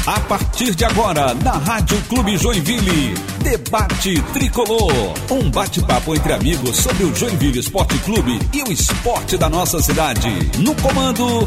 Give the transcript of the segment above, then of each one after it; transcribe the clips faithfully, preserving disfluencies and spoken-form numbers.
A partir de agora, na Rádio Clube Joinville, Debate Tricolor. Um bate-papo entre amigos sobre o Joinville Esporte Clube e o esporte da nossa cidade. No comando,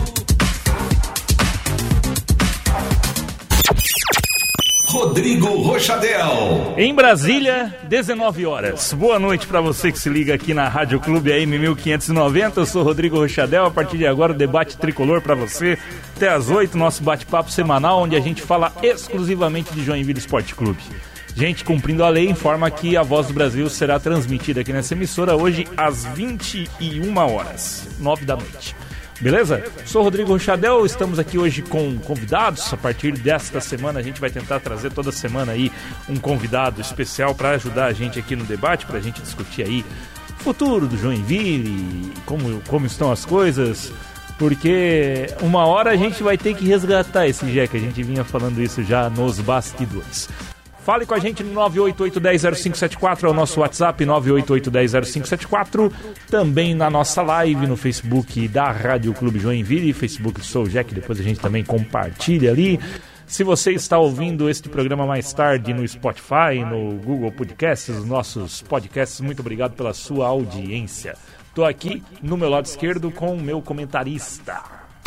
Rodrigo Rochadel. Em Brasília, dezenove horas. Boa noite para você que se liga aqui na Rádio Clube A M mil quinhentos e noventa. Eu sou Rodrigo Rochadel. A partir de agora, o Debate Tricolor para você. Até às oito, nosso bate-papo semanal, onde a gente fala exclusivamente de Joinville Esporte Clube. Gente, cumprindo a lei, informa que a Voz do Brasil será transmitida aqui nessa emissora hoje às vinte e uma horas, nove da noite. Beleza? Sou Rodrigo Rochadel, estamos aqui hoje com convidados. A partir desta semana a gente vai tentar trazer toda semana aí um convidado especial para ajudar a gente aqui no debate, para a gente discutir aí o futuro do Joinville, como, como estão as coisas, porque uma hora a gente vai ter que resgatar esse Jack, a gente vinha falando isso já nos bastidores. Fale com a gente no nove oito oito um zero zero cinco sete quatro, é o nosso WhatsApp, nove oito oito um zero zero cinco sete quatro. Também na nossa live no Facebook da Rádio Clube Joinville, Facebook Sou Jack, depois a gente também compartilha ali. Se você está ouvindo este programa mais tarde no Spotify, no Google Podcasts, os nossos podcasts, muito obrigado pela sua audiência. Estou aqui no meu lado esquerdo com o meu comentarista,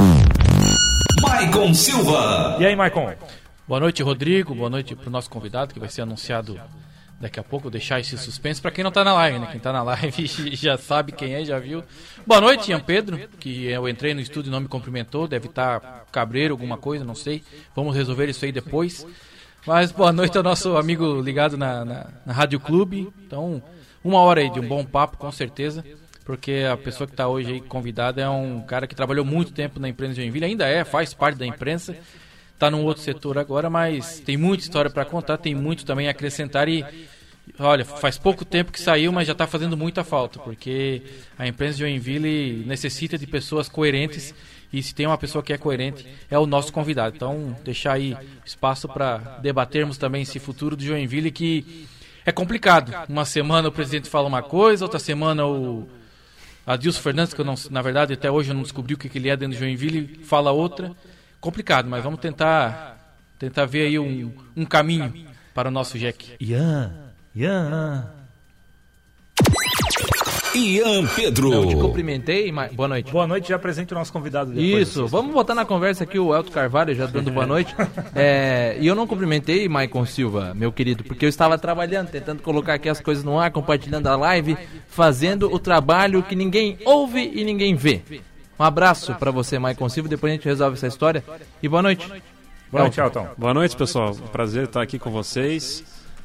Maicon Silva. E aí, Maicon? Boa noite, Rodrigo. Boa noite para o nosso convidado, que vai ser anunciado daqui a pouco. Vou deixar esse suspense para quem não está na live, né? Quem está na live já sabe quem é, já viu. Boa noite, Ian Pedro, que eu entrei no estúdio e não me cumprimentou. Deve estar cabreiro, alguma coisa, não sei. Vamos resolver isso aí depois. Mas boa noite ao nosso amigo ligado na, na, na Rádio Clube. Então, uma hora aí de um bom papo, com certeza. Porque a pessoa que está hoje aí convidada é um cara que trabalhou muito tempo na imprensa de Joinville. Ainda é, faz parte da imprensa. Está num outro setor agora, mas tem muita história para contar, tem muito também a acrescentar e, olha, faz pouco tempo que saiu, mas já está fazendo muita falta, porque a imprensa de Joinville necessita de pessoas coerentes e se tem uma pessoa que é coerente, é o nosso convidado. Então, deixar aí espaço para debatermos também esse futuro do Joinville, que é complicado. Uma semana o presidente fala uma coisa, outra semana o Adilson Fernandes, que eu não, na verdade até hoje eu não descobri o que ele é dentro de Joinville, fala outra. Complicado, mas vamos tentar tentar ver aí um, um caminho para o nosso Jack. Ian, Ian. Ian Pedro. Eu te cumprimentei, mas... boa noite. Boa noite, já apresente o nosso convidado depois. Isso, vamos botar na conversa aqui o Elton Carvalho, já dando boa noite. É, e eu não cumprimentei, Maicon Silva, meu querido, porque eu estava trabalhando, tentando colocar aqui as coisas no ar, compartilhando a live, fazendo o trabalho que ninguém ouve e ninguém vê. Um abraço para você, Maicon Silva, depois a gente resolve essa história. E boa noite. Boa noite, Elton. Boa noite, pessoal. Prazer estar aqui com vocês.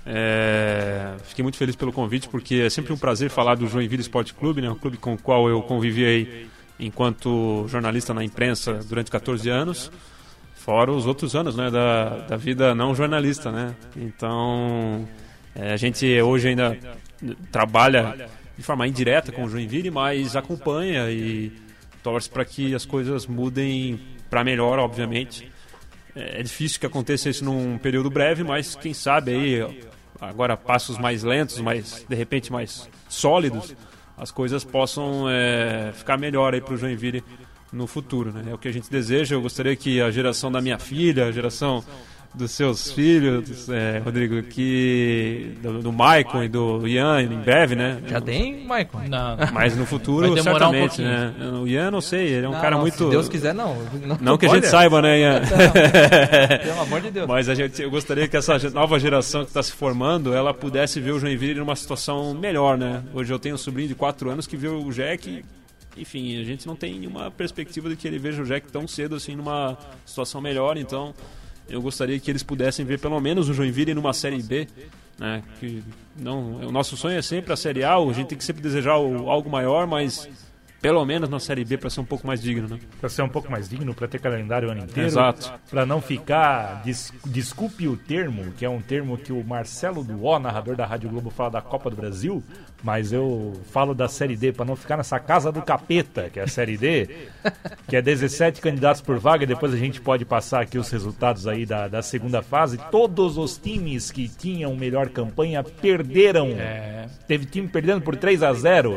É... Fiquei muito feliz pelo convite, porque é sempre um prazer falar do Joinville Esporte Clube, né? Um clube com o qual eu convivi enquanto jornalista na imprensa durante catorze anos, fora os outros anos, né, da, da vida não jornalista, né? Então, é, a gente hoje ainda trabalha de forma indireta com o Joinville, mas acompanha e torce para que as coisas mudem para melhor, obviamente. É difícil que aconteça isso num período breve, mas quem sabe aí, agora passos mais lentos, mas de repente mais sólidos, as coisas possam é, ficar melhor aí para o Joinville no futuro, né? É o que a gente deseja. Eu gostaria que a geração da minha filha, a geração dos seus filhos, é, Rodrigo, que do, do Maicon e do Ian, em breve, né? Já tem, Maicon? Não. Mas no futuro, certamente, um né? O Ian, não sei, ele é um não, cara não, muito... Se Deus quiser, não. Não, não que a gente Olha, saiba, né, Ian? Não, pelo amor de Deus. Mas a gente, eu gostaria que essa nova geração que está se formando, ela pudesse ver o Joinville numa situação melhor, né? Hoje eu tenho um sobrinho de quatro anos que vê o Jack... Enfim, a gente não tem nenhuma perspectiva de que ele veja o Jack tão cedo assim numa situação melhor, então... Eu gostaria que eles pudessem ver pelo menos o Joinville numa Série B, né? Que não, o nosso sonho é sempre a Série A, a gente tem que sempre desejar o, algo maior, mas pelo menos na Série B para ser um pouco mais digno, né? Para ser um pouco mais digno, para ter calendário o ano inteiro. Exato. Para não ficar, des, desculpe o termo, que é um termo que o Marcelo Duó, narrador da Rádio Globo, fala da Copa do Brasil, mas eu falo da Série D, para não ficar nessa casa do capeta, que é a Série D, que é dezessete candidatos por vaga, e depois a gente pode passar aqui os resultados aí da, da segunda fase. Todos os times que tinham melhor campanha perderam. É. Teve time perdendo por três a zero.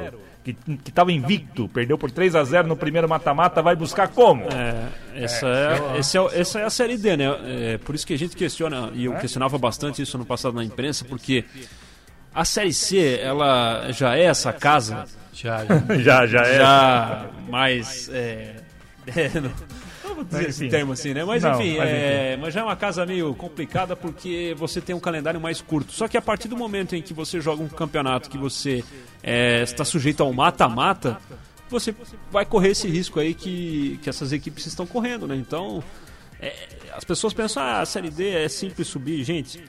que estava invicto, perdeu por três a zero no primeiro mata-mata, vai buscar como? É, essa, é, é, esse é, essa é a Série D, né? É, por isso que a gente questiona, e eu questionava bastante isso no passado na imprensa, porque a Série C, ela já é essa casa... Já, já, já é. Já mais... É, é, não, não vou dizer esse termo assim, né? Mas, não, enfim, mas, é, mas já é uma casa meio complicada porque você tem um calendário mais curto. Só que a partir do momento em que você joga um campeonato que você é, está sujeito ao mata-mata, você vai correr esse risco aí que, que essas equipes estão correndo, né? Então, é, as pessoas pensam, ah, a Série D é simples subir. Gente,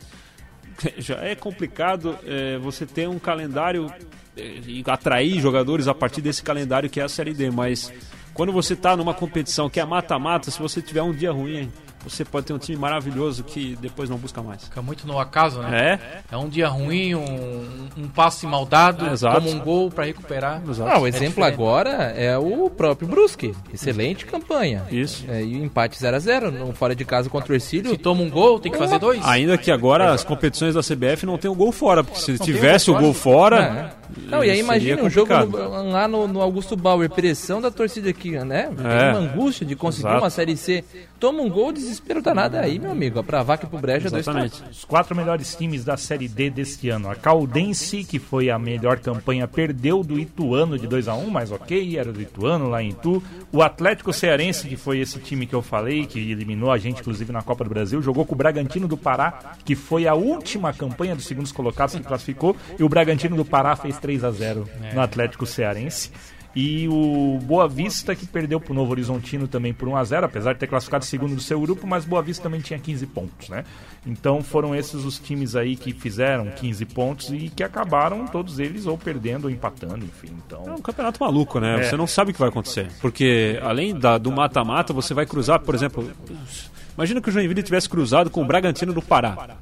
já é complicado é, você ter um calendário e atrair jogadores a partir desse calendário que é a Série D, mas quando você está numa competição que é mata-mata, se você tiver um dia ruim, você pode ter um time maravilhoso que depois não busca mais. Fica muito no acaso, né? É. É um dia ruim, um, um passe mal dado, é, como um gol para recuperar. Ah, o exemplo é agora é o próprio Brusque. Excelente campanha. Isso. É, e o empate zero a zero, no fora de casa contra o Ercílio. Se toma um gol, tem que fazer dois. Ainda que agora as competições da C B F não tem o gol fora, porque se não tivesse o gol fora... É. Não, e aí imagina um jogo no, lá no, no Augusto Bauer, pressão da torcida aqui, né? Tem É. uma angústia de conseguir Exato. uma Série C. Toma um gol, desespero danado aí, meu amigo. Pra vaca e pro breja, dois Exatamente. toques. Os quatro melhores times da Série D deste ano. A Caldense, que foi a melhor campanha, perdeu do Ituano de dois a um, mas ok, era do Ituano lá em Itu. O Atlético Cearense, que foi esse time que eu falei, que eliminou a gente, inclusive, na Copa do Brasil, jogou com o Bragantino do Pará, que foi a última campanha dos segundos colocados que classificou, e o Bragantino do Pará fez três a zero no Atlético Cearense. E o Boa Vista, que perdeu para o Novo Horizontino também por um a zero, apesar de ter classificado segundo do seu grupo, mas Boa Vista também tinha quinze pontos, né? Então foram esses os times aí que fizeram quinze pontos e que acabaram todos eles ou perdendo ou empatando, enfim. Então... É um campeonato maluco, né? É. Você não sabe o que vai acontecer. Porque além da, do mata-mata, você vai cruzar, por exemplo... Imagina que o Joinville tivesse cruzado com o Bragantino do Pará.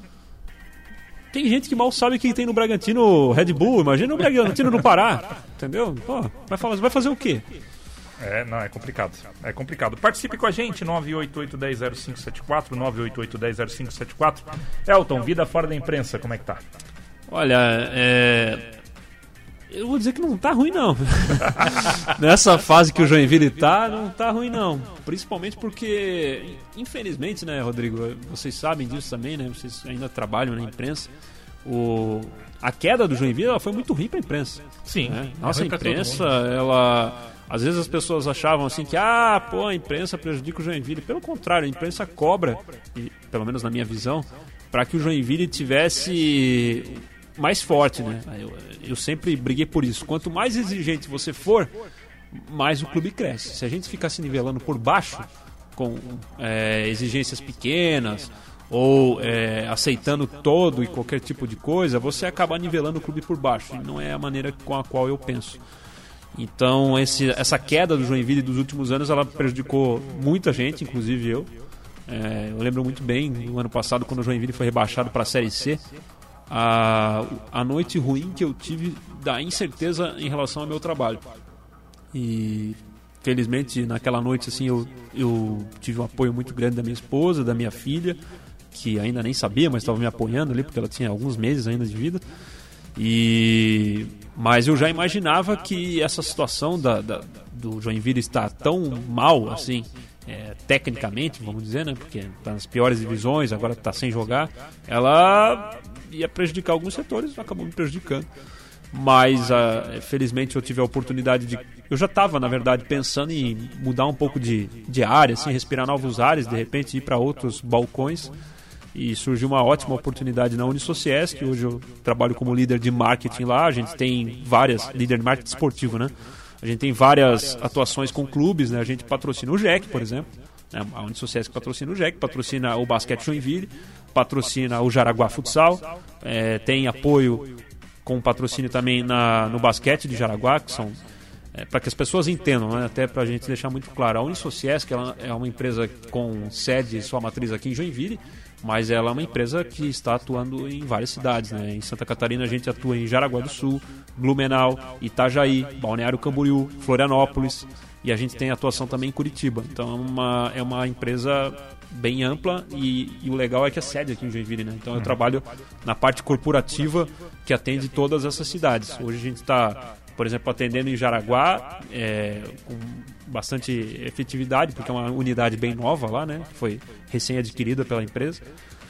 Tem gente que mal sabe quem tem no Bragantino Red Bull. Imagina o Bragantino do Pará. Entendeu? Pô, vai, falar, vai fazer o quê? É, não, é complicado. É complicado. Participe com a gente, nove oito oito, um zero zero cinco sete quatro, nove oito oito, um zero zero cinco sete quatro. Elton, vida fora da imprensa, como é que tá? Olha, é... eu vou dizer que não tá ruim, não. Nessa fase que o Joinville tá, não tá ruim, não. Principalmente porque, infelizmente, né, Rodrigo, vocês sabem disso também, né? Vocês ainda trabalham na imprensa. O... A queda do Joinville, ela foi muito ruim pra imprensa. Sim. Né? Nossa, é a imprensa, ela... Às vezes as pessoas achavam assim que, ah, pô, a imprensa prejudica o Joinville. Pelo contrário, a imprensa cobra, e, pelo menos na minha visão, para que o Joinville tivesse mais forte, né? Eu, eu sempre briguei por isso. Quanto mais exigente você for, mais o clube cresce. Se a gente ficar se nivelando por baixo, com é, exigências pequenas, ou é, aceitando todo e qualquer tipo de coisa, você acaba nivelando o clube por baixo. E não é a maneira com a qual eu penso. Então esse, essa queda do Joinville dos últimos anos, ela prejudicou muita gente, inclusive eu. É, eu lembro muito bem, no ano passado, quando o Joinville foi rebaixado para a Série C, a, a noite ruim que eu tive da incerteza em relação ao meu trabalho. E felizmente naquela noite assim, eu, eu tive um apoio muito grande da minha esposa, da minha filha, que ainda nem sabia, mas estava me apoiando ali, porque ela tinha alguns meses ainda de vida. E... Mas eu já imaginava que essa situação da, da, do Joinville estar tão mal, assim, é, tecnicamente, vamos dizer, né? Porque está nas piores divisões, agora está sem jogar, ela ia prejudicar alguns setores, acabou me prejudicando. Mas, uh, felizmente, eu tive a oportunidade de... Eu já estava, na verdade, pensando em mudar um pouco de, de área, assim, respirar novos ares, de repente ir para outros balcões. E surgiu uma ótima oportunidade na Unisociesc, hoje eu trabalho como líder de marketing lá, a gente tem várias, líder de marketing esportivo, né? A gente tem várias atuações com clubes, né? A gente patrocina o J E C, por exemplo, né? A Unisociesc patrocina o J E C, patrocina o Basquete Joinville, patrocina o Jaraguá Futsal, é, tem apoio com patrocínio também na, no basquete de Jaraguá, que são... É, para que as pessoas entendam, né? Até para a gente deixar muito claro, a Unisociesc ela é uma empresa com sede e sua matriz aqui em Joinville, mas ela é uma empresa que está atuando em várias cidades, né? Em Santa Catarina a gente atua em Jaraguá do Sul, Blumenau, Itajaí, Balneário Camboriú, Florianópolis, e a gente tem atuação também em Curitiba. Então é uma, é uma empresa bem ampla e, e o legal é que é sede aqui em Joinville, né? Então eu trabalho na parte corporativa que atende todas essas cidades. Hoje a gente está por exemplo, atendendo em Jaraguá, é, com bastante efetividade, porque é uma unidade bem nova lá, né? Foi recém-adquirida pela empresa.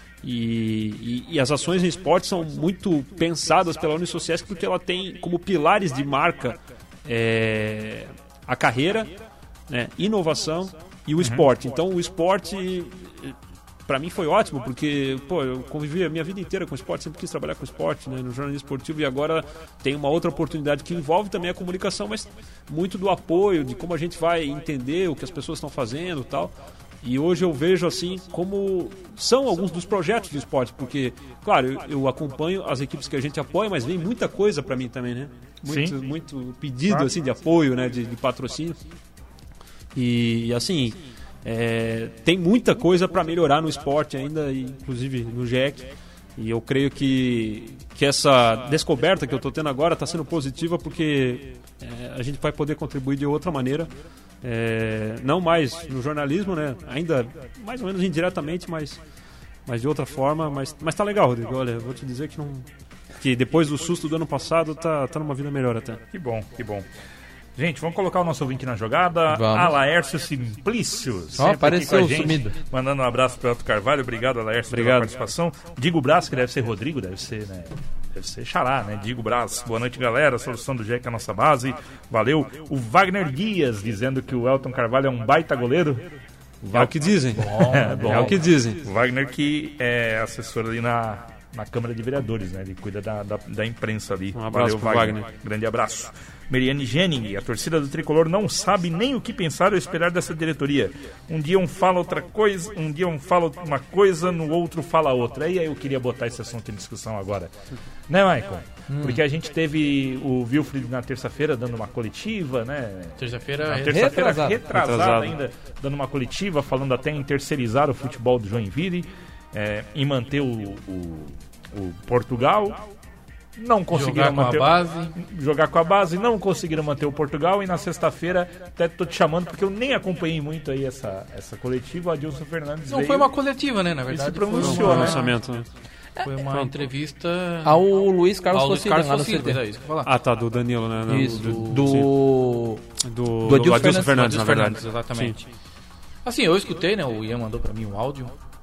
E, e, e as ações em esporte são muito pensadas pela Unisociesc, porque ela tem como pilares de marca é, a carreira, né, inovação e o esporte. Então o esporte, para mim, foi ótimo, porque pô, eu convivi a minha vida inteira com esporte, sempre quis trabalhar com esporte, né, no jornalismo esportivo, e agora tem uma outra oportunidade que envolve também a comunicação, mas muito do apoio, de como a gente vai entender o que as pessoas estão fazendo e tal. E hoje eu vejo assim como são alguns dos projetos do esporte, porque, claro, eu, eu acompanho as equipes que a gente apoia, mas vem muita coisa para mim também, né? Muito, Sim. muito pedido Claro. assim, de apoio, né? de, de patrocínio. E assim, é, tem muita coisa para melhorar no esporte ainda, inclusive no G E C. E eu creio que, que essa descoberta que eu estou tendo agora está sendo positiva, porque é, a gente vai poder contribuir de outra maneira. É, não mais no jornalismo, né? Ainda mais ou menos indiretamente, mas, mas de outra forma. Mas, mas tá legal, Rodrigo. Olha, eu vou te dizer que, não, que depois do susto do ano passado tá, tá numa vida melhor até. Que bom, que bom. Gente, vamos colocar o nosso ouvinte na jogada. Vamos. Alaércio Simplício. Ó, sempre apareceu aqui com a gente, sumido. Mandando um abraço para o Elton Carvalho. Obrigado, Alaércio, pela Obrigado. participação. Digo Brás, que deve ser Rodrigo, deve ser, né? Deve ser Xará, né? Digo Brás. Boa noite, galera. A solução do G E C é a nossa base. Valeu. O Wagner Guias, dizendo que o Elton Carvalho é um baita goleiro. É o que dizem. É, bom. É o que dizem. O Wagner, que é assessor ali na, na Câmara de Vereadores, né? Ele cuida da, da, da imprensa ali. Um abraço pro Wagner. Grande abraço. Meriane Genning, a torcida do Tricolor não sabe nem o que pensar ou esperar dessa diretoria. Um dia um fala outra coisa, um dia um fala uma coisa, no outro fala outra. E aí eu queria botar esse assunto em discussão agora. Né, Michael? Hum. Porque a gente teve o Wilfried na terça-feira dando uma coletiva, né? Terça-feira Na é terça-feira Retrasado. retrasada, Retrasado. ainda, dando uma coletiva, falando até em terceirizar o futebol do Joinville, é, em manter o, o, o Portugal. Não conseguiram jogar com a manter base. jogar com a base, não conseguiram manter o Portugal, e na sexta-feira até tô te chamando porque eu nem acompanhei muito aí essa, essa coletiva. O Adilson Fernandes Não veio, foi uma coletiva, né? Na verdade, se foi pronunciou, uma, né? Lançamento, né? foi uma entrevista Ao Luiz Carlos ao Luiz Focida, Carlos lá no Focida, C T. é isso que eu ia falar. Ah, tá, do Danilo, né? Não, Isso, do, do... do, do do Adilson Adilson Fernandes, Fernandes, na Adilson verdade. Fernandes, exatamente. Assim, eu escutei, né? O Ian mandou pra mim um áudio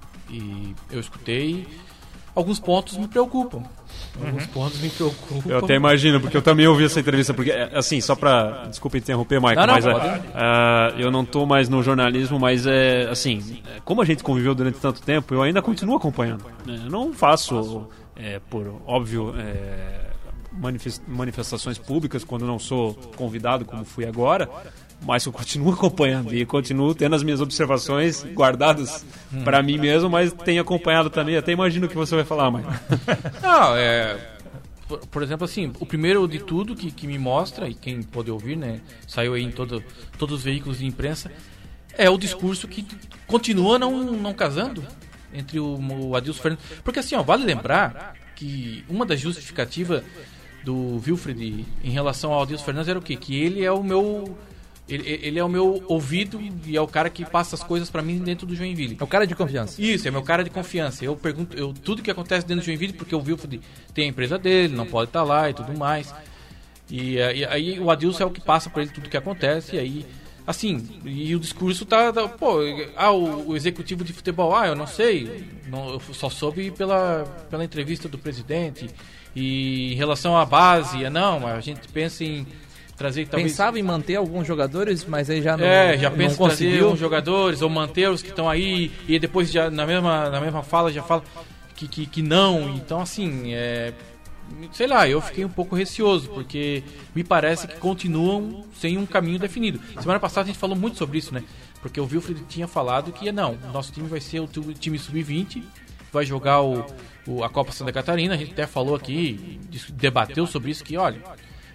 e eu escutei. Alguns pontos me preocupam. Alguns pontos me preocupam. Eu até imagino, porque eu também ouvi essa entrevista, porque, assim, só pra... Desculpa interromper, Michael, Não, não, mas pode. é, ah, eu não tô mais no jornalismo, mas, é assim, é, como a gente conviveu durante tanto tempo, eu ainda continuo acompanhando. Né? Eu não faço, é, por óbvio, é, manifest- manifestações públicas quando não sou convidado, como fui agora, mas eu continuo acompanhando e continuo tendo as minhas observações guardadas Hum. pra mim mesmo, mas tenho acompanhado também. Até imagino o que você vai falar, Michael. Não, é. Por, por exemplo, assim, o primeiro de tudo que, que me mostra, e quem pode ouvir, né? Saiu aí em todo, todos os veículos de imprensa, é o discurso que continua não, não casando entre o, o Adilson Fernandes. Porque assim, ó, vale lembrar que uma das justificativas do Wilfried em relação ao Adilson Fernandes era o quê? Que ele é o meu. Ele, ele é o meu ouvido e é o cara que passa as coisas pra mim dentro do Joinville. É o cara de confiança. Isso, é meu cara de confiança. Eu pergunto eu, tudo que acontece dentro do Joinville, porque o Wilfried tem a empresa dele, não pode estar lá e tudo mais. E, e aí o Adilson é o que passa pra ele tudo que acontece. E aí, assim, e o discurso tá. tá pô, ah, o, o executivo de futebol, ah, eu não sei. Não, eu só soube pela, pela entrevista do presidente. E em relação à base, não, a gente pensa em trazer talvez. Pensava em manter alguns jogadores, mas aí já não, É, já não pensa em trazer conseguiu. uns jogadores ou manter os que estão aí e depois já na mesma, na mesma fala já fala que, que, que não. Então, assim, é, sei lá, eu fiquei um pouco receoso porque me parece que continuam sem um caminho definido. Semana passada a gente falou muito sobre isso, né? Porque o Wilfried tinha falado que não, o nosso time vai ser o tu- time sub vinte, vai jogar o, o- a Copa Santa Catarina. A gente até falou aqui, dis- debateu sobre isso, que olha,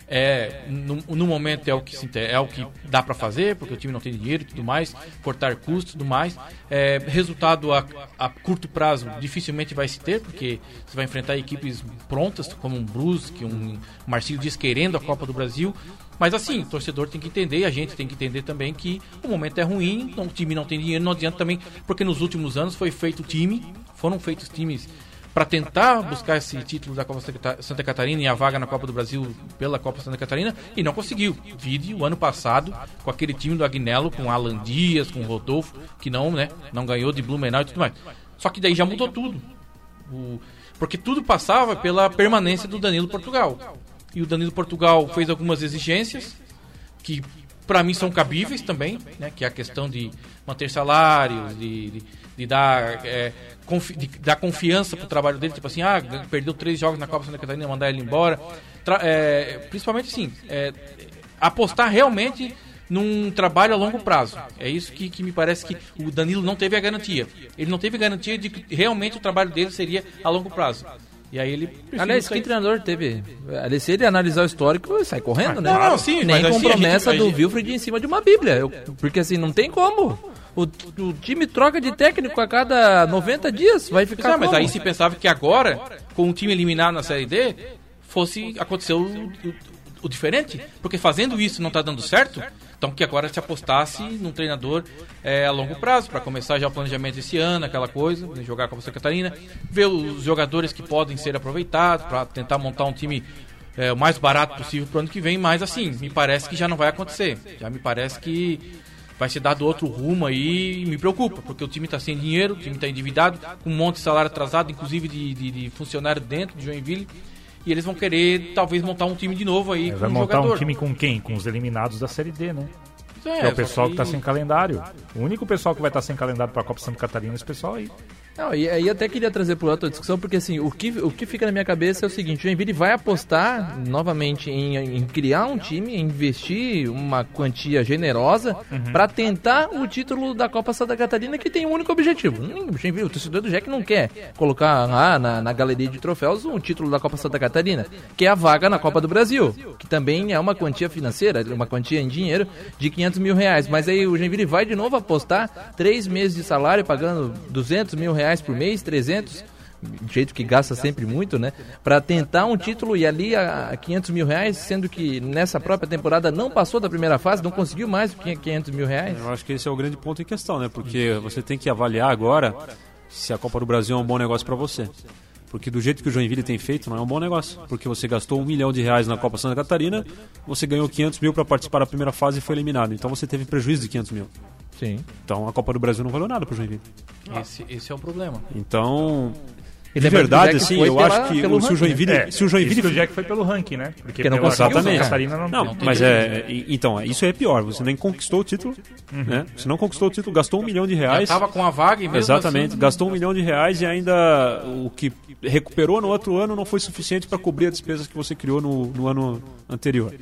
é, no, no momento é o que se inter- é o que dá pra fazer, porque o time não tem dinheiro e tudo mais, cortar custos e tudo mais. É, resultado a, a curto prazo dificilmente vai se ter, porque você vai enfrentar equipes prontas, como um Brusque, um Marcílio Dias querendo a Copa do Brasil. Mas assim, o torcedor tem que entender, e a gente tem que entender também que o momento é ruim, não, o time não tem dinheiro, não adianta também, porque nos últimos anos foi feito time, foram feitos times para tentar buscar esse título da Copa Santa Catarina e a vaga na Copa do Brasil pela Copa Santa Catarina, e não conseguiu. Vide o ano passado com aquele time do Agnello, com Alan Dias, com Rodolfo, que não, né, não ganhou de Blumenau e tudo mais. Só que daí já mudou tudo. O, porque tudo passava pela permanência do Danilo Portugal. E o Danilo Portugal fez algumas exigências que para mim são cabíveis também, né, que é a questão de manter salários, de, de, de, dar, é, confi, de dar confiança pro trabalho dele, tipo assim, ah, perdeu três jogos na Copa Santa Catarina, mandar ele embora. Tra, é, principalmente assim, é, apostar realmente num trabalho a longo prazo. É isso que, que me parece que o Danilo não teve a garantia. Ele não teve a garantia de que realmente o trabalho dele seria a longo prazo. E aí ele... Aliás, que treinador teve? Se ele analisar o histórico, ele sai correndo, ah, né? Não, não, sim. Nem mas com assim, promessa a gente, a do gente... Wilfried em cima de uma bíblia. Eu, porque assim, não tem como. O, o time troca de técnico a cada noventa dias, vai ficar ah, Mas como? aí se pensava que agora, com o time eliminado na Série D, fosse acontecer o, o, o diferente. Porque fazendo isso não está dando certo, então que agora se apostasse num treinador é, a longo prazo, para começar já o planejamento esse ano, aquela coisa, né, jogar com a Santa Catarina, ver os jogadores que podem ser aproveitados, para tentar montar um time é, o mais barato possível para o ano que vem, mas assim, me parece que já não vai acontecer. Já me parece que vai ser dado outro rumo aí, e me preocupa, porque o time está sem dinheiro, o time está endividado, com um monte de salário atrasado, inclusive de, de, de funcionário dentro de Joinville, e eles vão querer talvez montar um time de novo aí, é, com vai um montar jogador. Um time com quem? Com os eliminados da Série D, né? É, que é o pessoal que que... está sem calendário. O único pessoal que vai estar tá sem calendário para a Copa Santa Catarina é esse pessoal aí. Não, e aí até queria trazer para outra discussão, porque assim, o que, o que fica na minha cabeça é o seguinte: o Joinville vai apostar novamente em, em criar um time, em investir uma quantia generosa uhum. para tentar o título da Copa Santa Catarina, que tem um único objetivo. O Joinville, o torcedor do Jack não quer colocar lá na, na galeria de troféus um título da Copa Santa Catarina, que é a vaga na Copa do Brasil, que também é uma quantia financeira, uma quantia em dinheiro de quinhentos mil reais. Mas aí o Joinville vai de novo apostar três meses de salário, pagando duzentos mil reais por mês, trezentos, de jeito que gasta sempre muito, né? Para tentar um título e ali a quinhentos mil reais, sendo que nessa própria temporada não passou da primeira fase, não conseguiu mais quinhentos mil reais. Eu acho que esse é o grande ponto em questão, né? Porque você tem que avaliar agora se a Copa do Brasil é um bom negócio para você. Porque do jeito que o Joinville tem feito, não é um bom negócio. Porque você gastou um milhão de reais na Copa Santa Catarina, você ganhou quinhentos mil para participar da primeira fase e foi eliminado. Então você teve prejuízo de quinhentos mil. Sim. Então a Copa do Brasil não valeu nada pro Joinville. Esse, esse é o problema. Então, de verdade, assim, eu pela, acho que o, se o Joinville... É, se o Joinville... o Jack foi pelo ranking, né? Porque não exatamente. Catarina não, não, não mas é... Então, isso é pior. Você nem conquistou o título, uhum. né? Você não conquistou o título, gastou um milhão de reais. Já tava com a vaga e mesmo exatamente. Assim, gastou um milhão de reais e ainda o que recuperou no outro ano não foi suficiente para cobrir as despesas que você criou no, no ano anterior.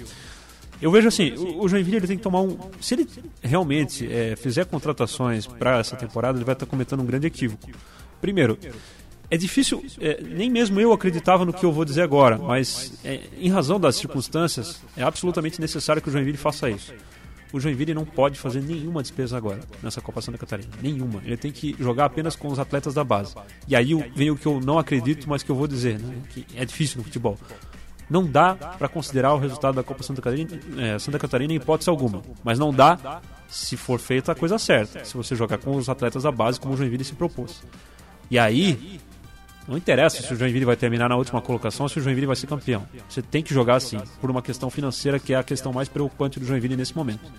Eu vejo assim, o Joinville ele tem que tomar um... Se ele realmente é, fizer contratações para essa temporada, ele vai estar cometendo um grande equívoco. Primeiro, é difícil, é, nem mesmo eu acreditava no que eu vou dizer agora, mas é, em razão das circunstâncias, é absolutamente necessário que o Joinville faça isso. O Joinville não pode fazer nenhuma despesa agora nessa Copa Santa Catarina, nenhuma. Ele tem que jogar apenas com os atletas da base. E aí vem o que eu não acredito, mas que eu vou dizer, né? Que é difícil no futebol. Não dá para considerar o resultado da Copa Santa Catarina, é, Santa Catarina em hipótese alguma. Mas não dá se for feita a coisa certa. Se você jogar com os atletas da base como o Joinville se propôs. E aí, não interessa se o Joinville vai terminar na última colocação ou se o Joinville vai ser campeão. Você tem que jogar assim, por uma questão financeira que é a questão mais preocupante do Joinville nesse momento.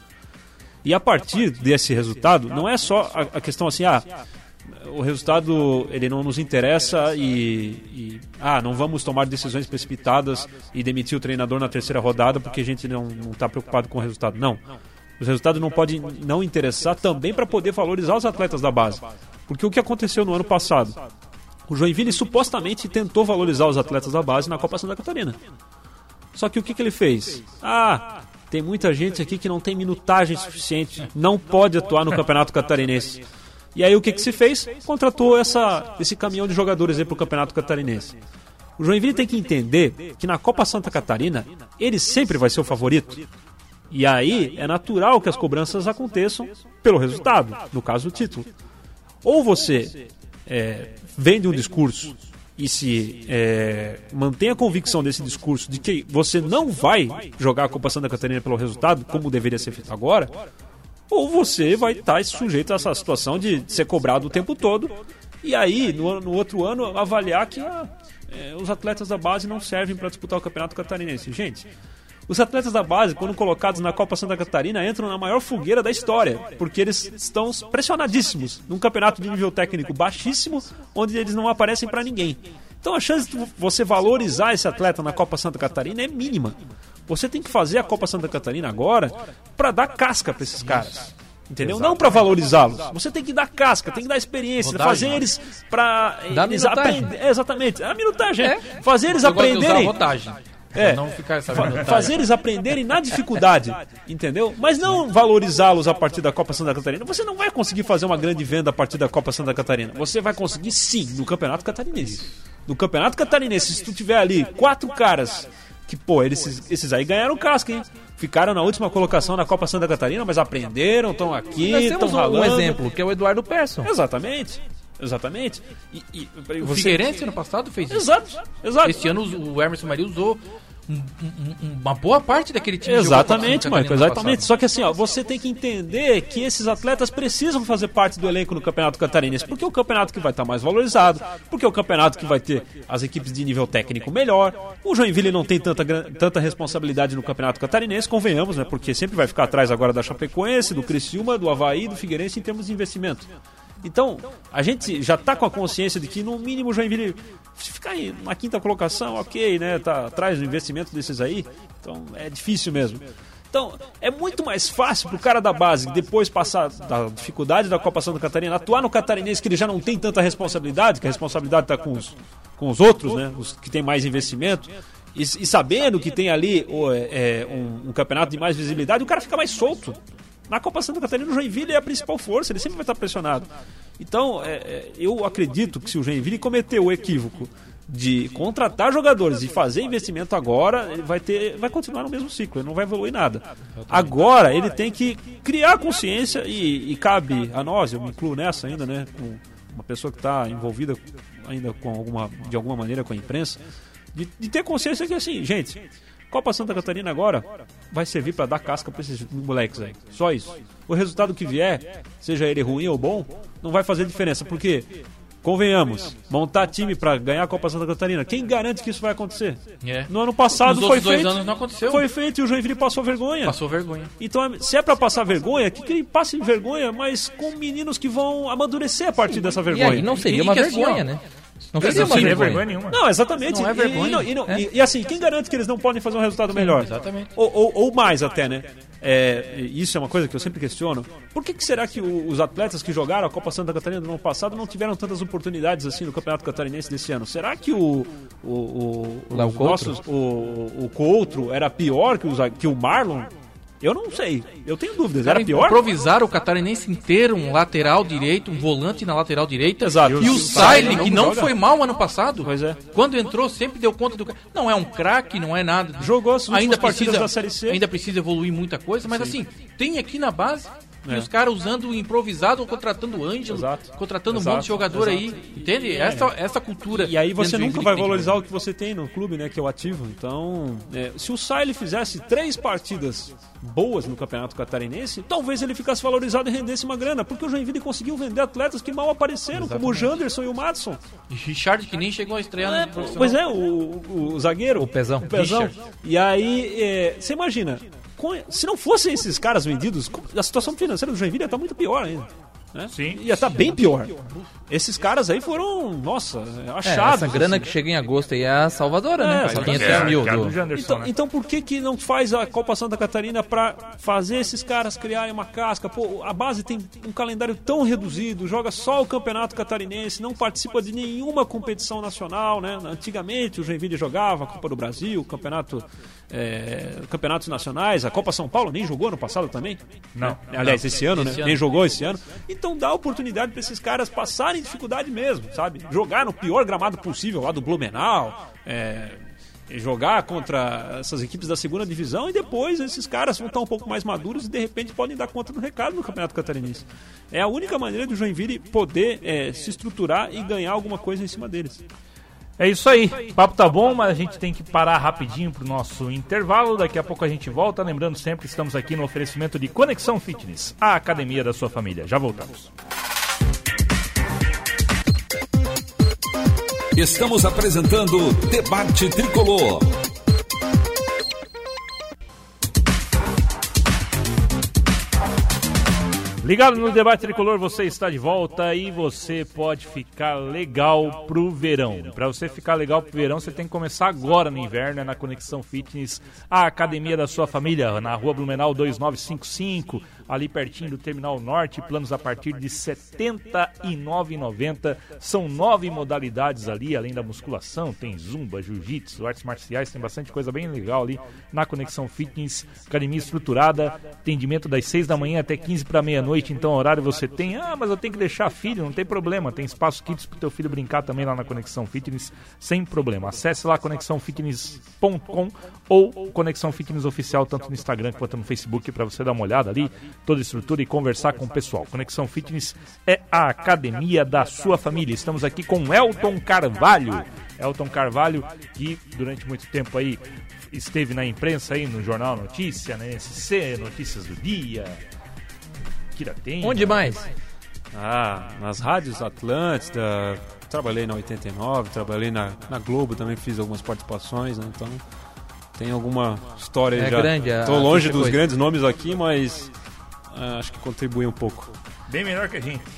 E a partir desse resultado, não é só a, a questão assim, ah... o resultado ele não nos interessa e, e ah, não vamos tomar decisões precipitadas e demitir o treinador na terceira rodada porque a gente não está preocupado com o resultado. Não. O resultado não pode não interessar também para poder valorizar os atletas da base. Porque o que aconteceu no ano passado? O Joinville supostamente tentou valorizar os atletas da base na Copa Santa Catarina. Só que o que, que ele fez? Ah, tem muita gente aqui que não tem minutagem suficiente, não pode atuar no Campeonato Catarinense. E aí o que, que se fez? Contratou essa, esse caminhão de jogadores aí para o Campeonato Catarinense. O Joinville tem que entender que na Copa Santa Catarina ele sempre vai ser o favorito. E aí é natural que as cobranças aconteçam pelo resultado, no caso o título. Ou você é, vende um discurso e se é, mantém a convicção desse discurso de que você não vai jogar a Copa Santa Catarina pelo resultado, como deveria ser feito agora, ou você vai estar sujeito a essa situação de ser cobrado o tempo todo E aí, no, no outro ano, avaliar que ah, é, os atletas da base não servem para disputar o Campeonato Catarinense. Gente, os atletas da base, quando colocados na Copa Santa Catarina, entram na maior fogueira da história, porque eles estão pressionadíssimos num campeonato de nível técnico baixíssimo, onde eles não aparecem para ninguém. Então a chance de você valorizar esse atleta na Copa Santa Catarina é mínima. Você tem que fazer a Copa Santa Catarina agora para dar casca para esses caras. Entendeu? Exatamente. Não para valorizá-los. Você tem que dar casca, tem que dar experiência, rodagem, fazer eles para eles aprender. Exatamente, a minutagem. É. Fazer eles Eu aprenderem. É, não ficar fa- fazer eles aprenderem na dificuldade, entendeu? Mas não valorizá-los a partir da Copa Santa Catarina. Você não vai conseguir fazer uma grande venda a partir da Copa Santa Catarina. Você vai conseguir sim no Campeonato Catarinense. No Campeonato Catarinense, se tu tiver ali quatro caras que, pô, eles, esses aí ganharam casca, hein? Ficaram na última colocação na Copa Santa Catarina, mas aprenderam, estão aqui, estão ralando. Um exemplo, que é o Eduardo Persson. Exatamente. Exatamente. E, e, o você... Figueirense ano passado fez isso. Exato, exato. Esse ano o Emerson Maria usou um, um, uma boa parte daquele time. Exatamente, Marco, exatamente. Só que assim, ó, você tem que entender que esses atletas precisam fazer parte do elenco no Campeonato Catarinense, porque é o campeonato que vai estar mais valorizado, porque é o campeonato que vai ter as equipes de nível técnico melhor. O Joinville não tem tanta, tanta responsabilidade no Campeonato Catarinense, convenhamos, né? Porque sempre vai ficar atrás agora da Chapecoense, do Criciúma, do Avaí, do Figueirense em termos de investimento. Então, a gente já está com a consciência de que, no mínimo, o Joinville ficar aí na quinta colocação, ok, né? Tá atrás do investimento desses aí. Então, é difícil mesmo. Então, é muito mais fácil pro cara da base, depois passar da dificuldade da Copa Santa Catarina, atuar no Catarinense, que ele já não tem tanta responsabilidade, que a responsabilidade está com os, com os outros, né? Os que tem mais investimento. E, e sabendo que tem ali oh, é, um, um campeonato de mais visibilidade, o cara fica mais solto. Na Copa Santa Catarina, o Joinville é a principal força, ele sempre vai estar pressionado. Então, é, é, eu acredito que se o Joinville cometeu o equívoco de contratar jogadores e fazer investimento agora, ele vai, ter, vai continuar no mesmo ciclo, ele não vai evoluir nada. Agora, ele tem que criar consciência e, e cabe a nós, eu me incluo nessa ainda, né, com uma pessoa que está envolvida ainda com alguma, de alguma maneira com a imprensa, de, de ter consciência que assim, gente... Copa Santa Catarina agora vai servir para dar casca para esses moleques aí. Só isso. O resultado que vier, seja ele ruim ou bom, não vai fazer diferença. Porque, convenhamos, montar time para ganhar a Copa Santa Catarina, quem garante que isso vai acontecer? É. No ano passado foi feito. Anos não aconteceu. Foi feito e o Joinville passou vergonha. Passou vergonha. Então, se é para passar vergonha, que, que ele passe vergonha, mas com meninos que vão amadurecer a partir Sim, dessa vergonha. E aí não seria uma vergonha, assim, né? Não seria uma vergonha. vergonha nenhuma. Não, exatamente. Não é vergonha. E, e, e, é. e, e assim, quem garante que eles não podem fazer um resultado Sim, melhor? Exatamente. Ou, ou, ou mais até, né? É, isso é uma coisa que eu sempre questiono. Por que, que será que o, os atletas que jogaram a Copa Santa Catarina no ano passado não tiveram tantas oportunidades assim no Campeonato Catarinense desse ano? Será que o o, o, o, o, nossos, o, o Coutro era pior que, os, que o Marlon? Eu não sei, eu tenho dúvidas. Era pior? Improvisaram o Catarinense inteiro, um lateral direito, um volante na lateral direita. Exato. E o Saile, que não foi mal ano passado. Pois é. Quando entrou, sempre deu conta do. Não é um craque, não é nada. Jogou as ainda partidas precisa, da Série C. Ainda precisa evoluir muita coisa, mas Sim. assim, tem aqui na base. É. E os caras usando o improvisado, ou contratando o Ângelo, Exato. contratando Exato. um monte de jogador Exato. aí. Entende? É. Essa, essa cultura. E aí você nunca vai valorizar o que você tem no clube, né? Que é o ativo. Então, é, se o Saile fizesse três partidas boas no Campeonato Catarinense, talvez ele ficasse valorizado e rendesse uma grana. Porque o Joinville conseguiu vender atletas que mal apareceram, Exatamente. como o Janderson e o Madison. E Richard, que nem chegou a estrear é, no profissional. Pois é, o, o, o zagueiro. O Pezão. O Pezão. E aí, é, você imagina... Se não fossem esses caras vendidos, a situação financeira do Joinville ia estar muito pior ainda. Né? Sim. Ia estar bem pior. Esses caras aí foram, nossa, achados. É, essa grana assim. que chega em agosto aí é a salvadora, é, né? quinhentos mil. É, do... Janderson, então, né? então por que que não faz a Copa Santa Catarina para fazer esses caras criarem uma casca? Pô, a base tem um calendário tão reduzido, joga só o Campeonato Catarinense, não participa de nenhuma competição nacional, né? Antigamente o Joinville jogava a Copa do Brasil, campeonato, é, campeonatos nacionais, a Copa São Paulo nem jogou no passado também? Não. Aliás, esse ano, esse né? ano. Nem jogou esse ano. Então dá oportunidade para esses caras passarem dificuldade mesmo, sabe? Jogar no pior gramado possível lá do Blumenau, é, jogar contra essas equipes da segunda divisão e depois esses caras vão estar um pouco mais maduros e de repente podem dar conta do recado no Campeonato Catarinense. É a única maneira do Joinville poder é, se estruturar e ganhar alguma coisa em cima deles. É isso aí, o papo tá bom, mas a gente tem que parar rapidinho pro nosso intervalo, daqui a pouco a gente volta, lembrando sempre que estamos aqui no oferecimento de Conexão Fitness, a academia da sua família. Já voltamos. Estamos apresentando Debate Tricolor. Ligado no Debate Tricolor, você está de volta e você pode ficar legal pro verão. Para você ficar legal pro verão, você tem que começar agora no inverno, é na Conexão Fitness, a academia da sua família, na Rua Blumenau dois nove cinco cinco, ali pertinho do Terminal Norte, planos a partir de setenta e nove reais e noventa centavos. São nove modalidades ali, além da musculação, tem zumba, jiu-jitsu, artes marciais, tem bastante coisa bem legal ali na Conexão Fitness, academia estruturada, atendimento das seis da manhã até quinze para meia-noite. Então, horário você tem, ah, mas eu tenho que deixar filho, não tem problema, tem espaço kids pro teu filho brincar também lá na Conexão Fitness, sem problema. Acesse lá conexão fitness ponto com ou Conexão Fitness Oficial, tanto no Instagram quanto no Facebook, para você dar uma olhada ali, toda a estrutura e conversar com o pessoal. Conexão Fitness é a academia da sua família. Estamos aqui com Elton Carvalho. Elton Carvalho, que durante muito tempo aí esteve na imprensa aí, no Jornal Notícia, na S C, Notícias do Dia. Tem, onde mais? Ah, nas rádios Atlântida, trabalhei na oitenta e nove, trabalhei na, na Globo, também fiz algumas participações, né? Então tem alguma história é já. Grande, Estou longe dos coisa. grandes nomes aqui, mas ah, acho que contribui um pouco. Bem melhor que a gente.